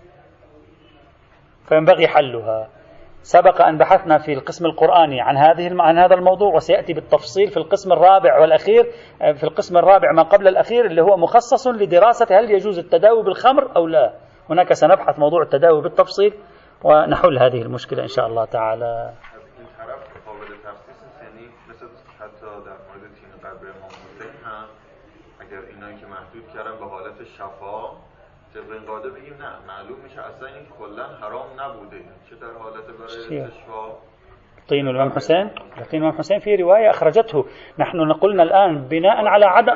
Speaker 1: فينبغي حلها. سبق أن بحثنا في القسم القرآني عن هذه عن هذا الموضوع، وسيأتي بالتفصيل في القسم الرابع والأخير، في القسم الرابع ما قبل الأخير اللي هو مخصص لدراسة هل يجوز التداوي بالخمر أو لا. هناك سنبحث موضوع التداوي بالتفصيل ونحل هذه المشكلة إن شاء الله تعالى.
Speaker 3: طبق این قاعده بگیم نه معلوم میشه اصلا این کلا حرام نبوده، چه در حالت برای استشفاء.
Speaker 1: طين الإمام حسين، طين الإمام حسين في رواية أخرجته، نحن نقولنا الآن بناء على عدم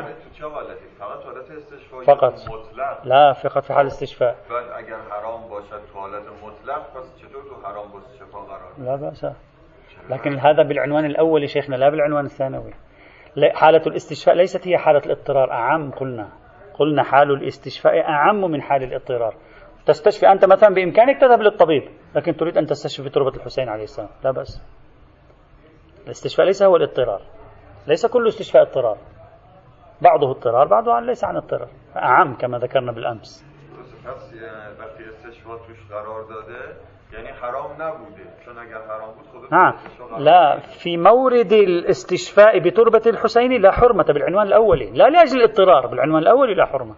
Speaker 1: فقط لا فقط في حال استشفاء.
Speaker 3: اگر حرام باشد حالت مطلق پس چطور تو حرام با استشفاء قرار؟
Speaker 1: لا بأس، لكن هذا بالعنوان الأول شيخنا لا بالعنوان الثانوي. حالة الاستشفاء ليست هي حالة الاضطرار، أعم قلنا قلنا حال الاستشفاء أعم من حال الاضطرار. تستشفي أنت مثلا بإمكانك تذهب للطبيب، لكن تريد أن تستشفي في تربة الحسين عليه السلام لا بأس. الاستشفاء ليس هو الاضطرار، ليس كل استشفاء اضطرار، بعضه اضطرار بعضه ليس عن اضطرار، أعم كما ذكرنا بالأمس.
Speaker 3: وقتی استشفاء توش قرار داده یعنی حرام نبوده، چون اگر حرام بود خودت
Speaker 1: ها لا في مورد الاستشفاء بتربة الحسين لا حرمة بالعنوان الأولي، لا لأجل الاضطرار، بالعنوان الأولي لا حرمة.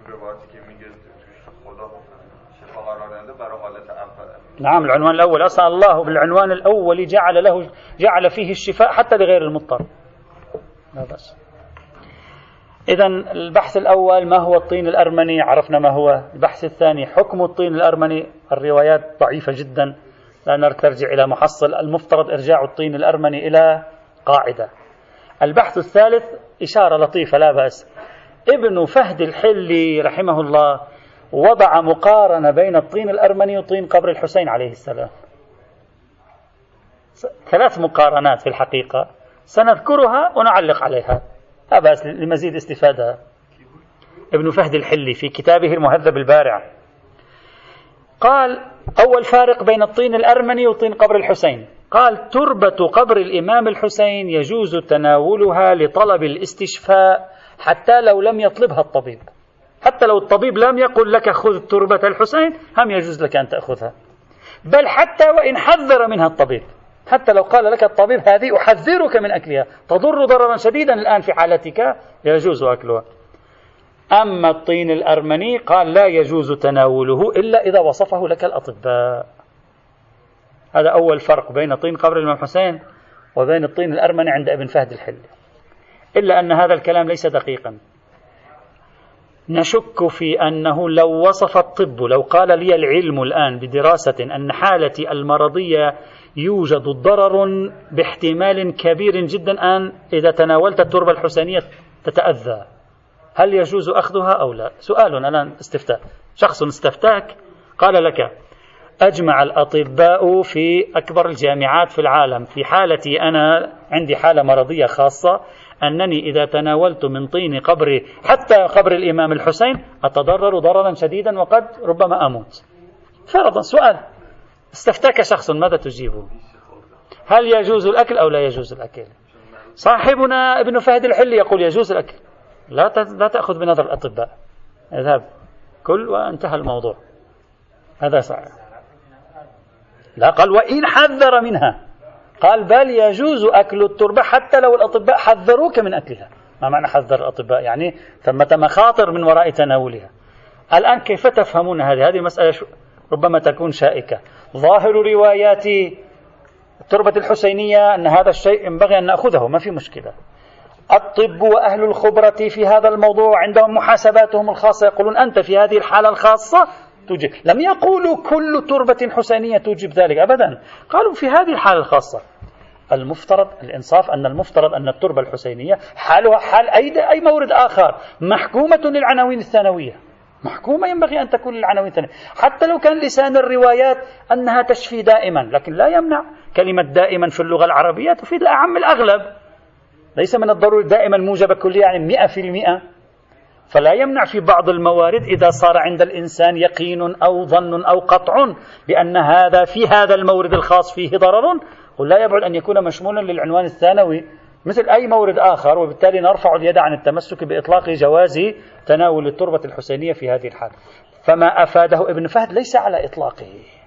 Speaker 1: نعم العنوان الأول أصلا الله بالعنوان الأول جعل له جعل فيه الشفاء حتى لغير المضطر لا بس. إذن البحث الأول ما هو الطين الأرمني، عرفنا ما هو. البحث الثاني حكم الطين الأرمني، الروايات ضعيفة جدا، لا ترجع إلى محصل، المفترض إرجاع الطين الأرمني إلى قاعدة. البحث الثالث إشارة لطيفة لا بأس، ابن فهد الحلي رحمه الله وضع مقارنة بين الطين الأرمني وطين قبر الحسين عليه السلام، ثلاث مقارنات في الحقيقة سنذكرها ونعلق عليها لا بأس لمزيد استفادة. ابن فهد الحلي في كتابه المهذب البارع قال أول فارق بين الطين الأرمني وطين قبر الحسين، قال تربة قبر الإمام الحسين يجوز تناولها لطلب الاستشفاء حتى لو لم يطلبها الطبيب، حتى لو الطبيب لم يقل لك خذ تربة الحسين هم يجوز لك أن تأخذها، بل حتى وإن حذر منها الطبيب، حتى لو قال لك الطبيب هذه أحذرك من أكلها تضر ضررا شديدا الآن في حالتك يجوز أكلها. أما الطين الأرمني قال لا يجوز تناوله إلا إذا وصفه لك الأطباء. هذا أول فرق بين طين قبر الإمام حسين وبين الطين الأرمني عند ابن فهد الحلي، إلا أن هذا الكلام ليس دقيقا. نشك في أنه لو وصف الطب، لو قال لي العلم الآن بدراسة أن حالتي المرضية يوجد ضرر باحتمال كبير جدا أن إذا تناولت التربة الحسينية تتأذى، هل يجوز أخذها أو لا؟ سؤال الآن استفتاء، شخص استفتاك قال لك أجمع الأطباء في أكبر الجامعات في العالم في حالتي أنا عندي حالة مرضية خاصة أنني إذا تناولت من طين قبر حتى قبر الإمام الحسين أتضرر ضررا شديدا وقد ربما أموت. فرضا سؤال استفتاك شخص، ماذا تجيبه؟ هل يجوز الأكل أو لا يجوز الأكل؟ صاحبنا ابن فهد الحلي يقول يجوز الأكل، لا لا تأخذ بنظر الأطباء، اذهب كل وانتهى الموضوع. هذا صحيح. لا قال وإن حذر منها، قال بل يجوز أكل التربة حتى لو الأطباء حذروك من أكلها. ما معنى حذر الأطباء؟ يعني ثمة مخاطر من وراء تناولها. الآن كيف تفهمون هذه؟ هذه مسألة ربما تكون شائكة. ظاهر روايات التربة الحسينية أن هذا الشيء ينبغي أن نأخذه، ما في مشكلة. الطب وأهل الخبرة في هذا الموضوع عندهم محاسباتهم الخاصة، يقولون أنت في هذه الحالة الخاصة توجب. لم يقولوا كل تربة حسينية توجب ذلك أبدا، قالوا في هذه الحالة الخاصة. المفترض الإنصاف أن المفترض أن التربة الحسينية حالها حال أي أي مورد آخر، محكومة للعناوين الثانوية، محكومة ينبغي أن تكون للعناوين الثانوية، حتى لو كان لسان الروايات أنها تشفي دائما، لكن لا يمنع كلمة دائما في اللغة العربية تفيد الأعم الأغلب، ليس من الضروري دائما موجبة كلية يعني مئة في المئة. فلا يمنع في بعض الموارد إذا صار عند الإنسان يقين أو ظن أو قطع بأن هذا في هذا المورد الخاص فيه ضرر، ولا يبعد أن يكون مشمولا للعنوان الثانوي مثل أي مورد آخر، وبالتالي نرفع اليد عن التمسك بإطلاق جواز تناول التربة الحسينية في هذه الحال. فما أفاده ابن فهد ليس على إطلاقه،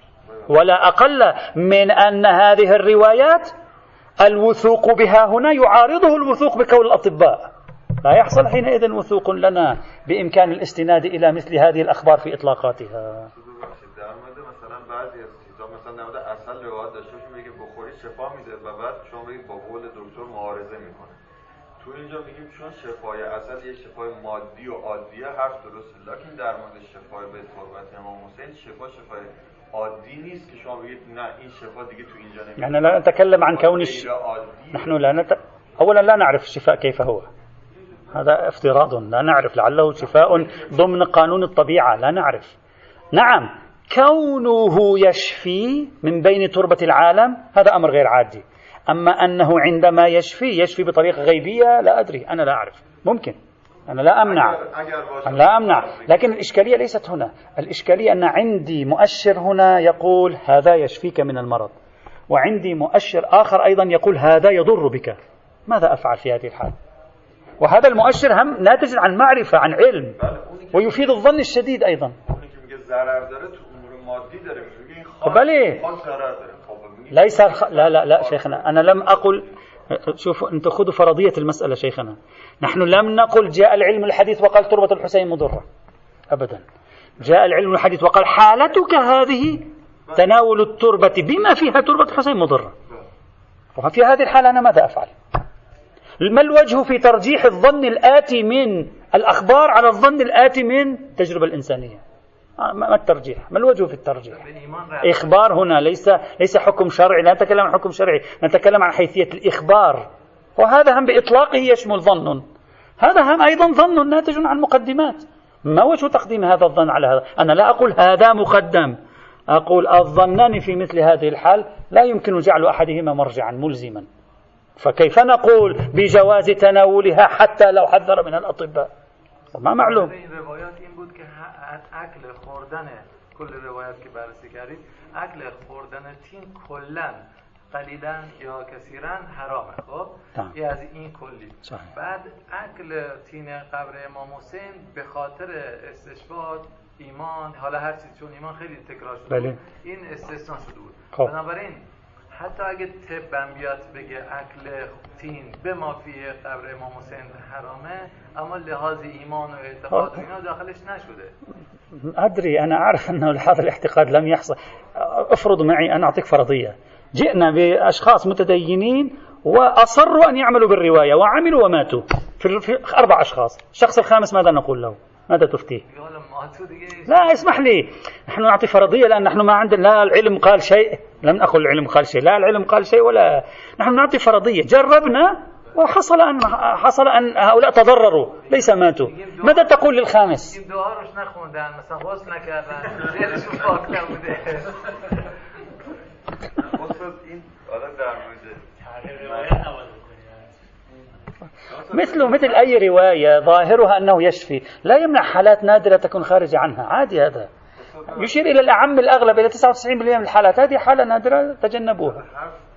Speaker 1: ولا أقل من أن هذه الروايات الوثوق بها هنا يعارضه الوثوق بقول الأطباء، لا يحصل حينئذ وثوق لنا بإمكان الاستناد إلى مثل هذه الأخبار في إطلاقاتها.
Speaker 3: مثلا بعضی از چیزا مثلا نمود اصل روایت داشته باشه میگه بخوری شفا میده و بعد شما میگید با قول دکتر معارضه میکنه. تو اینجا میگیم چون شفای اصل یه شفای مادی و عادیه حرف درسته، لکن در مورد شفای به تربت امام حسین شفا شفای عادی نیست که شما بگید نه این شفا دیگه تو اینجا نمیشه.
Speaker 1: يعني لا نتكلم عن كون الش... نحن لا نت... اولا لا نعرف الشفاء كيف هو، هذا افتراض، لا نعرف، لعله شفاء ضمن قانون الطبيعة، لا نعرف. نعم كونه يشفي من بين تربة العالم هذا أمر غير عادي، أما أنه عندما يشفي يشفي بطريقة غيبية لا أدري، أنا لا أعرف، ممكن، أنا لا أمنع، أنا لا أمنع، لكن الإشكالية ليست هنا. الإشكالية أن عندي مؤشر هنا يقول هذا يشفيك من المرض، وعندي مؤشر آخر أيضا يقول هذا يضر بك، ماذا أفعل في هذه الحال؟ وهذا المؤشر هم ناتج عن معرفة، عن علم، ويفيد الظن الشديد أيضا. بلي ليس الخ... لا لا لا شيخنا، أنا لم أقل، شوفوا أنتم خذوا فرضية المسألة شيخنا، نحن لم نقل جاء العلم الحديث وقال تربة الحسين مضرة أبدا، جاء العلم الحديث وقال حالتك هذه تناول التربة بما فيها تربة الحسين مضرة، وفي هذه الحالة أنا ماذا أفعل؟ ما الوجه في ترجيح الظن الآتي من الأخبار على الظن الآتي من التجربة الإنسانية؟ ما الترجيح؟ ما الوجه في الترجيح؟ إخبار هنا ليس ليس حكم شرعي، لا نتكلم عن حكم شرعي، نتكلم عن حيثية الإخبار، وهذا هم بإطلاقه يشمل ظن، هذا هم أيضا ظن ناتج عن مقدمات. ما وجه تقديم هذا الظن على هذا؟ أنا لا أقول هذا مقدم، أقول الظنان في مثل هذه الحال لا يمكن جعل أحدهما مرجعا ملزما، فكيف نقول بجواز تناولها حتى لو حذر من الأطباء؟ ما معلوم.
Speaker 2: اكل خوردن کل روایت که بررسی کردید اکل خوردن تین کلا قلیلا یا کثیرا حرامه. خب این از این کلی صحیح. بعد اکل تین قبر امام حسین به خاطر استشفاء ایمان، حالا هر چیز چون ایمان خیلی تکرار شده بله. این استثناء شده بود. خب. بنابراین حتی اگه طبم بیاد بگه اکل تین به مافی قبر امام حسین حرامه، اما لحاظ ایمان و اعتقاد اینا داخلش نشده.
Speaker 1: أدري، أنا أعرف أنه لهذا الاعتقاد لم يحصل. أفرض معي، أنا أعطيك فرضية، جئنا بأشخاص متدينين وأصروا أن يعملوا بالرواية وعملوا وماتوا في أربع أشخاص، الشخص الخامس ماذا نقول له؟ ماذا تفتيه؟ لا اسمح لي، نحن نعطي فرضية لأن نحن ما عندنا لا العلم قال شيء، لم أقل العلم قال شيء، لا العلم قال شيء ولا، نحن نعطي فرضية، جربنا وحصل أن حصل أن هؤلاء تضرروا ليس ماتوا. ماذا تقول للخامس؟ مثل مثل أي رواية ظاهرها أنه يشفي، لا يمنع حالات نادرة تكون خارجة عنها، عادي. هذا يشير إلى الأعم الأغلب، إلى تسعة وتسعين بالمئة من الحالات هذه حالة نادرة تجنبوها.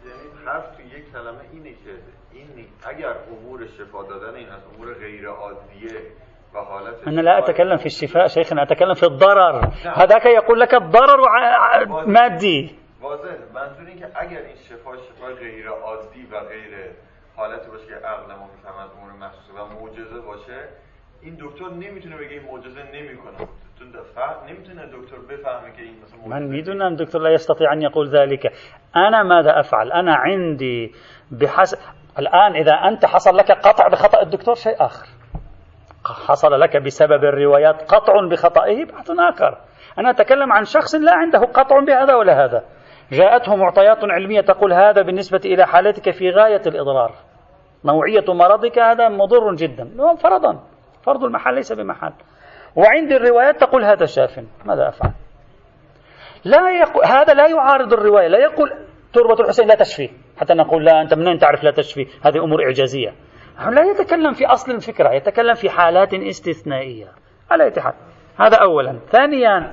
Speaker 3: اگر امور شفا دادن این از امور غیر عادیه و حالت،
Speaker 1: انا لا اتكلم في الشفاء شيخنا، اتكلم في الضرر. هذاك يقول لك الضرر مادي.
Speaker 3: واضح. منظور این که اگر این شفا شفا غیر عادی و غیر حالتی باشه که عقل ما میفهمد امور مخصوص و معجزه باشه، این دکتر نمیتونه بگه این معجزه نمیکنه. نمیتونه دكتور بفهمه که این مثلا
Speaker 1: من میدونم دكتور لا يستطيع أن يقول ذلك. أنا ماذا أفعل؟ أنا عندي بحسب الآن إذا أنت حصل لك قطع بخطأ الدكتور شيء آخر، حصل لك بسبب الروايات قطع بخطئه بحث آخر. أنا أتكلم عن شخص لا عنده قطع بهذا ولا هذا، جاءته معطيات علمية تقول هذا بالنسبة إلى حالتك في غاية الإضرار، نوعية مرضك هذا مضر جدا فرضا، فرض المحل ليس بمحل، وعند الروايات تقول هذا شاف، ماذا أفعل؟ لا يقول هذا، لا يعارض الرواية، لا يقول تربة الحسين لا تشفي حتى نقول لا أنت منين تعرف لا تشفي، هذه أمور إعجازية. لا يتكلم في أصل الفكرة، يتكلم في حالات استثنائية على اتحاد. هذا أولا. ثانيا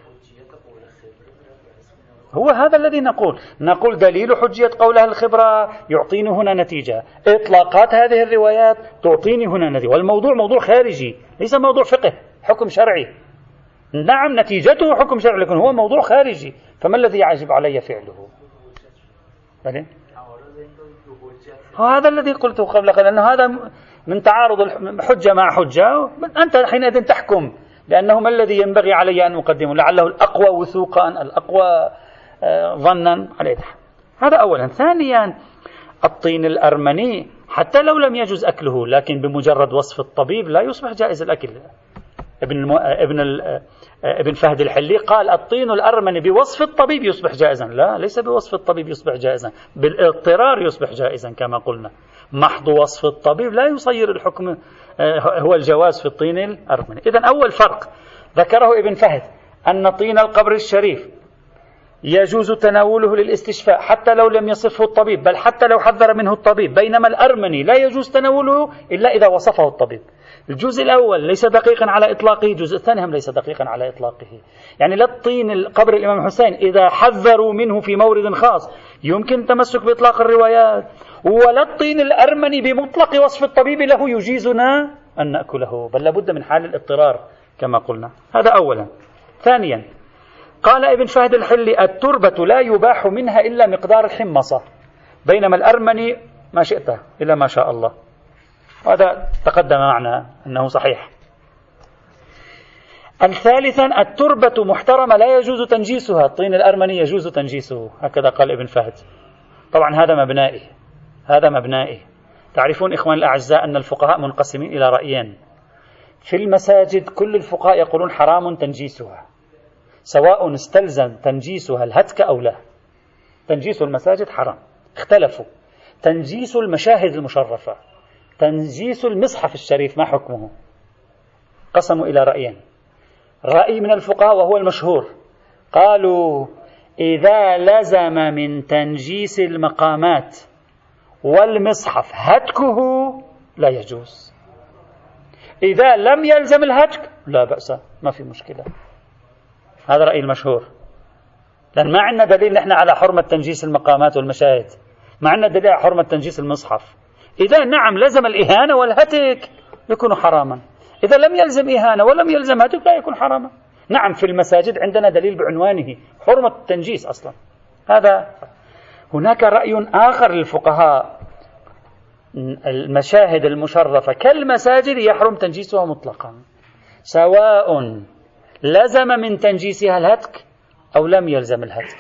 Speaker 1: هو هذا الذي نقول نقول دليل حجية قولها الخبرة يعطيني هنا نتيجة، إطلاقات هذه الروايات تعطيني هنا نتيجة، والموضوع موضوع خارجي ليس موضوع فقه حكم شرعي. نعم نتيجته حكم شرعي لكن هو موضوع خارجي، فما الذي يجب علي فعله؟ بلين؟ هذا الذي قلته قبل قليل، أنه هذا من تعارض الحجة مع حجة، أنت حينئذ تحكم، لأنه ما الذي ينبغي علي أن أقدمه، لعله الأقوى وثوقا، الأقوى ظنا عليه. هذا أولا. ثانيا الطين الأرمني حتى لو لم يجوز أكله لكن بمجرد وصف الطبيب لا يصبح جائز الأكل. ابن الم... ابن ال... ابن فهد الحلي قال الطين الأرمني بوصف الطبيب يصبح جائزا، لا ليس بوصف الطبيب يصبح جائزا، بالاضطرار يصبح جائزا كما قلنا. محض وصف الطبيب لا يصير الحكم هو الجواز في الطين الأرمني. إذن أول فرق ذكره ابن فهد أن طين القبر الشريف يجوز تناوله للاستشفاء حتى لو لم يصفه الطبيب، بل حتى لو حذر منه الطبيب، بينما الأرمني لا يجوز تناوله إلا إذا وصفه الطبيب. الجزء الأول ليس دقيقا على إطلاقه، الجزء الثاني هم ليس دقيقا على إطلاقه. يعني لا الطين القبر الإمام حسين إذا حذروا منه في مورد خاص يمكن تمسك بإطلاق الروايات، ولا الطين الأرمني بمطلق وصف الطبيب له يجيزنا أن نأكله، بل لابد من حال الاضطرار كما قلنا. هذا أولا. ثانيا قال ابن فهد الحلي التربة لا يباح منها إلا مقدار الحمصة، بينما الأرمني ما شئت إلا ما شاء الله. هذا تقدم معنا أنه صحيح. الثالثا التربة محترمة لا يجوز تنجيسها، الطين الأرمني يجوز تنجيسه، هكذا قال ابن فهد. طبعا هذا مبنائي، هذا مبنائي. تعرفون إخوان الأعزاء أن الفقهاء منقسمين إلى رأيين. في المساجد كل الفقهاء يقولون حرام تنجيسها، سواء استلزم تنجيسها الهتك أو لا. تنجيس المساجد حرام، اختلفوا. تنجيس المشاهد المشرفة، تنجيس المصحف الشريف، ما حكمه؟ قسموا إلى رأيين. رأي من الفقهاء وهو المشهور، قالوا إذا لزم من تنجيس المقامات والمصحف هتكه لا يجوز. إذا لم يلزم الهتك لا بأس، ما في مشكلة. هذا رأي المشهور، لأن ما عندنا دليل نحن على حرمة تنجيس المقامات والمشاهد، ما عندنا دليل على حرمة تنجيس المصحف. إذا نعم لزم الإهانة والهتك يكون حراما، إذا لم يلزم إهانة ولم يلزم هتك لا يكون حراما. نعم في المساجد عندنا دليل بعنوانه حرمة التنجيس أصلا. هذا. هناك رأي آخر للفقهاء، المشاهد المشرفة كالمساجد يحرم تنجيسها مطلقا، سواء لزم من تنجيسها الهتك أو لم يلزم الهتك.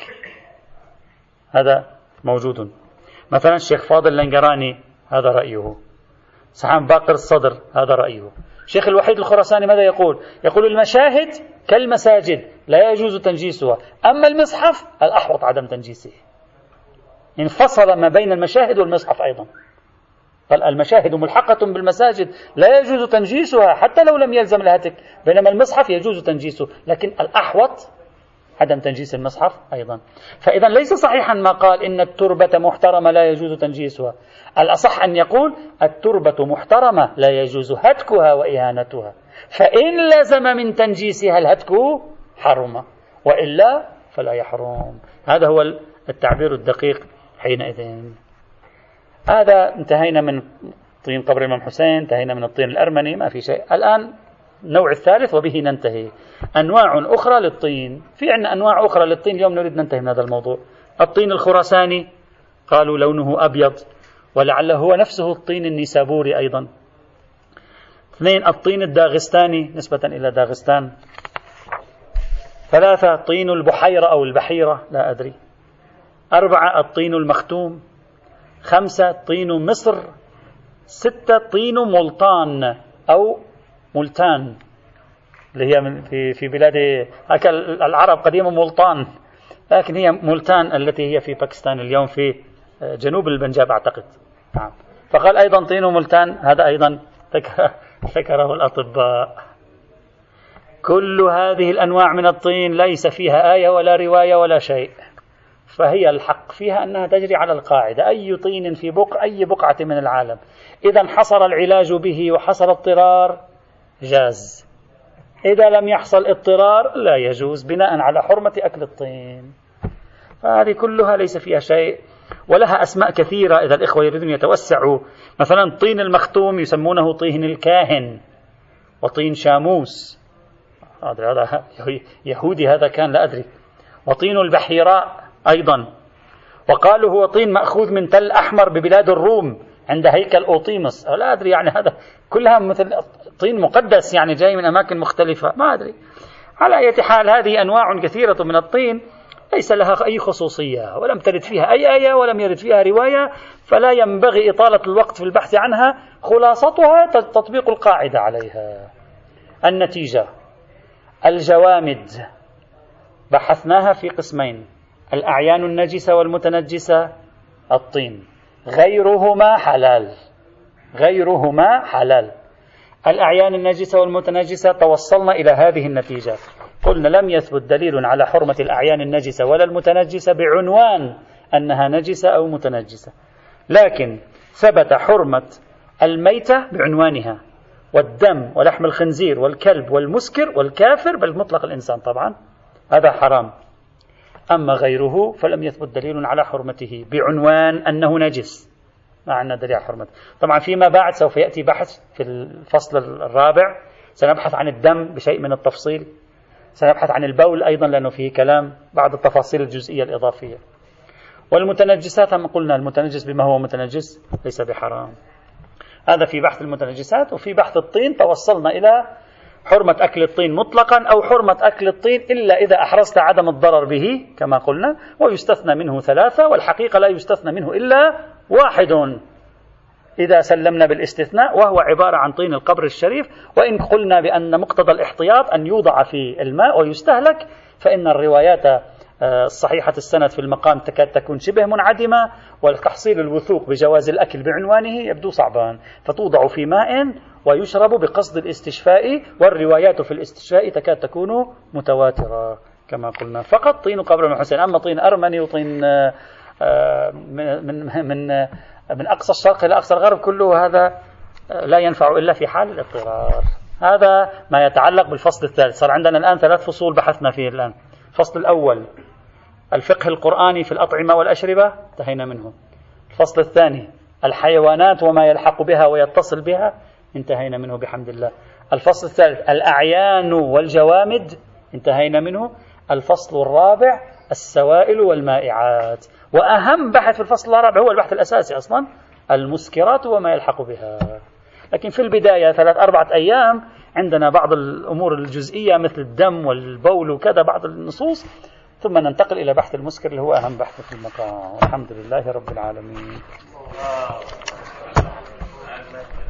Speaker 1: هذا موجود. مثلا الشيخ فاضل اللنقراني هذا رأيه، سحام باقر الصدر هذا رأيه. الشيخ الوحيد الخراساني ماذا يقول؟ يقول المشاهد كالمساجد لا يجوز تنجيسها، أما المصحف الأحوط عدم تنجيسه. يعني فصل ما بين المشاهد والمصحف أيضا، قال المشاهد ملحقة بالمساجد لا يجوز تنجيسها حتى لو لم يلزم الهتك، بينما المصحف يجوز تنجيسه، لكن الأحوط عدم تنجيس المصحف أيضا. فإذا ليس صحيحا ما قال إن التربة محترمة لا يجوز تنجيسها، الأصح أن يقول التربة محترمة لا يجوز هتكها وإهانتها، فإن لزم من تنجيسها الهتك حرم، وإلا فلا يحرم. هذا هو التعبير الدقيق حينئذ. هذا انتهينا من طين قبر الإمام حسين، انتهينا من الطين الأرمني، ما في شيء. الآن النوع الثالث وبه ننتهي، أنواع أخرى للطين. في عندنا أنواع أخرى للطين، اليوم نريد ننتهي من هذا الموضوع. الطين الخراساني قالوا لونه أبيض، ولعله هو نفسه الطين النيسابوري أيضا. اثنين الطين الداغستاني نسبة إلى داغستان. ثلاثة طين البحيرة أو البحيرة لا أدري. أربعة الطين المختوم. خمسة طين مصر. ستة طين ملطان أو ملتان اللي هي في في بلاد هكا العرب قديما ملطان، لكن هي ملتان التي هي في باكستان اليوم في جنوب البنجاب أعتقد. نعم. فقال أيضا طين ملتان، هذا أيضا ذكره الأطباء. كل هذه الأنواع من الطين ليس فيها آية ولا رواية ولا شيء، فهي الحق فيها أنها تجري على القاعدة أي طين في بقع أي بقعة من العالم إذا حصل العلاج به وحصل اضطرار جاز، إذا لم يحصل اضطرار لا يجوز بناء على حرمة أكل الطين. فهذه كلها ليس فيها شيء، ولها أسماء كثيرة إذا الإخوة يريدون يتوسعوا. مثلا طين المختوم يسمونه طين الكاهن، وطين شاموس هذا يهودي هذا كان لا أدري، وطين البحيراء أيضا، وقالوا هو طين مأخوذ من تل أحمر ببلاد الروم عند هيكل أوطيمس، لا أدري يعني هذا كلها مثل طين مقدس يعني جاي من أماكن مختلفة ما أدري. على أي حال هذه أنواع كثيرة من الطين ليس لها أي خصوصية ولم ترد فيها أي آية ولم يرد فيها رواية، فلا ينبغي إطالة الوقت في البحث عنها، خلاصتها تطبيق القاعدة عليها. النتيجة الجوامد بحثناها في قسمين، الأعيان النجسة والمتنجسة الطين، غيرهما حلال، غيرهما حلال. الأعيان النجسة والمتنجسة توصلنا إلى هذه النتيجة، قلنا لم يثبت دليل على حرمة الأعيان النجسة ولا المتنجسة بعنوان أنها نجسة أو متنجسة، لكن ثبت حرمة الميتة بعنوانها، والدم ولحم الخنزير والكلب والمسكر والكافر بل مطلق الإنسان طبعا هذا حرام. أما غيره فلم يثبت دليل على حرمته بعنوان أنه نجس، ما عندنا دليل على حرمته. طبعا فيما بعد سوف يأتي بحث في الفصل الرابع، سنبحث عن الدم بشيء من التفصيل، سنبحث عن البول أيضا لأنه فيه كلام بعض التفاصيل الجزئية الإضافية. والمتنجسات هم قلنا المتنجس بما هو متنجس ليس بحرام. هذا في بحث المتنجسات. وفي بحث الطين توصلنا إلى حرمة أكل الطين مطلقا أو حرمة أكل الطين إلا إذا أحرزت عدم الضرر به كما قلنا، ويستثنى منه ثلاثة، والحقيقة لا يستثنى منه إلا واحد إذا سلمنا بالاستثناء، وهو عبارة عن طين القبر الشريف. وإن قلنا بأن مقتضى الاحتياط أن يوضع في الماء ويستهلك فإن الروايات الصحيحة السند في المقام تكاد تكون شبه منعدمة، والتحصيل الوثوق بجواز الأكل بعنوانه يبدو صعبا، فتوضع في ماء ويشرب بقصد الاستشفاء، والروايات في الاستشفاء تكاد تكون متواترة كما قلنا. فقط طين قبر من حسين، أما طين أرمني وطين من من من من أقصى الشرق إلى أقصى الغرب كله هذا لا ينفع إلا في حال الاضطرار. هذا ما يتعلق بالفصل الثالث. صار عندنا الآن ثلاث فصول بحثنا فيه الآن. الفصل الأول الفقه القرآني في الأطعمة والأشربة، انتهينا منه. الفصل الثاني الحيوانات وما يلحق بها ويتصل بها، انتهينا منه بحمد الله. الفصل الثالث الأعيان والجوامد، انتهينا منه. الفصل الرابع السوائل والمائعات، وأهم بحث في الفصل الرابع هو البحث الأساسي أصلا، المسكرات وما يلحق بها. لكن في البداية ثلاث أربعة أيام عندنا بعض الأمور الجزئية مثل الدم والبول وكذا، بعض النصوص، ثم ننتقل إلى بحث المسكر اللي هو أهم بحث في المقام. والحمد لله رب العالمين.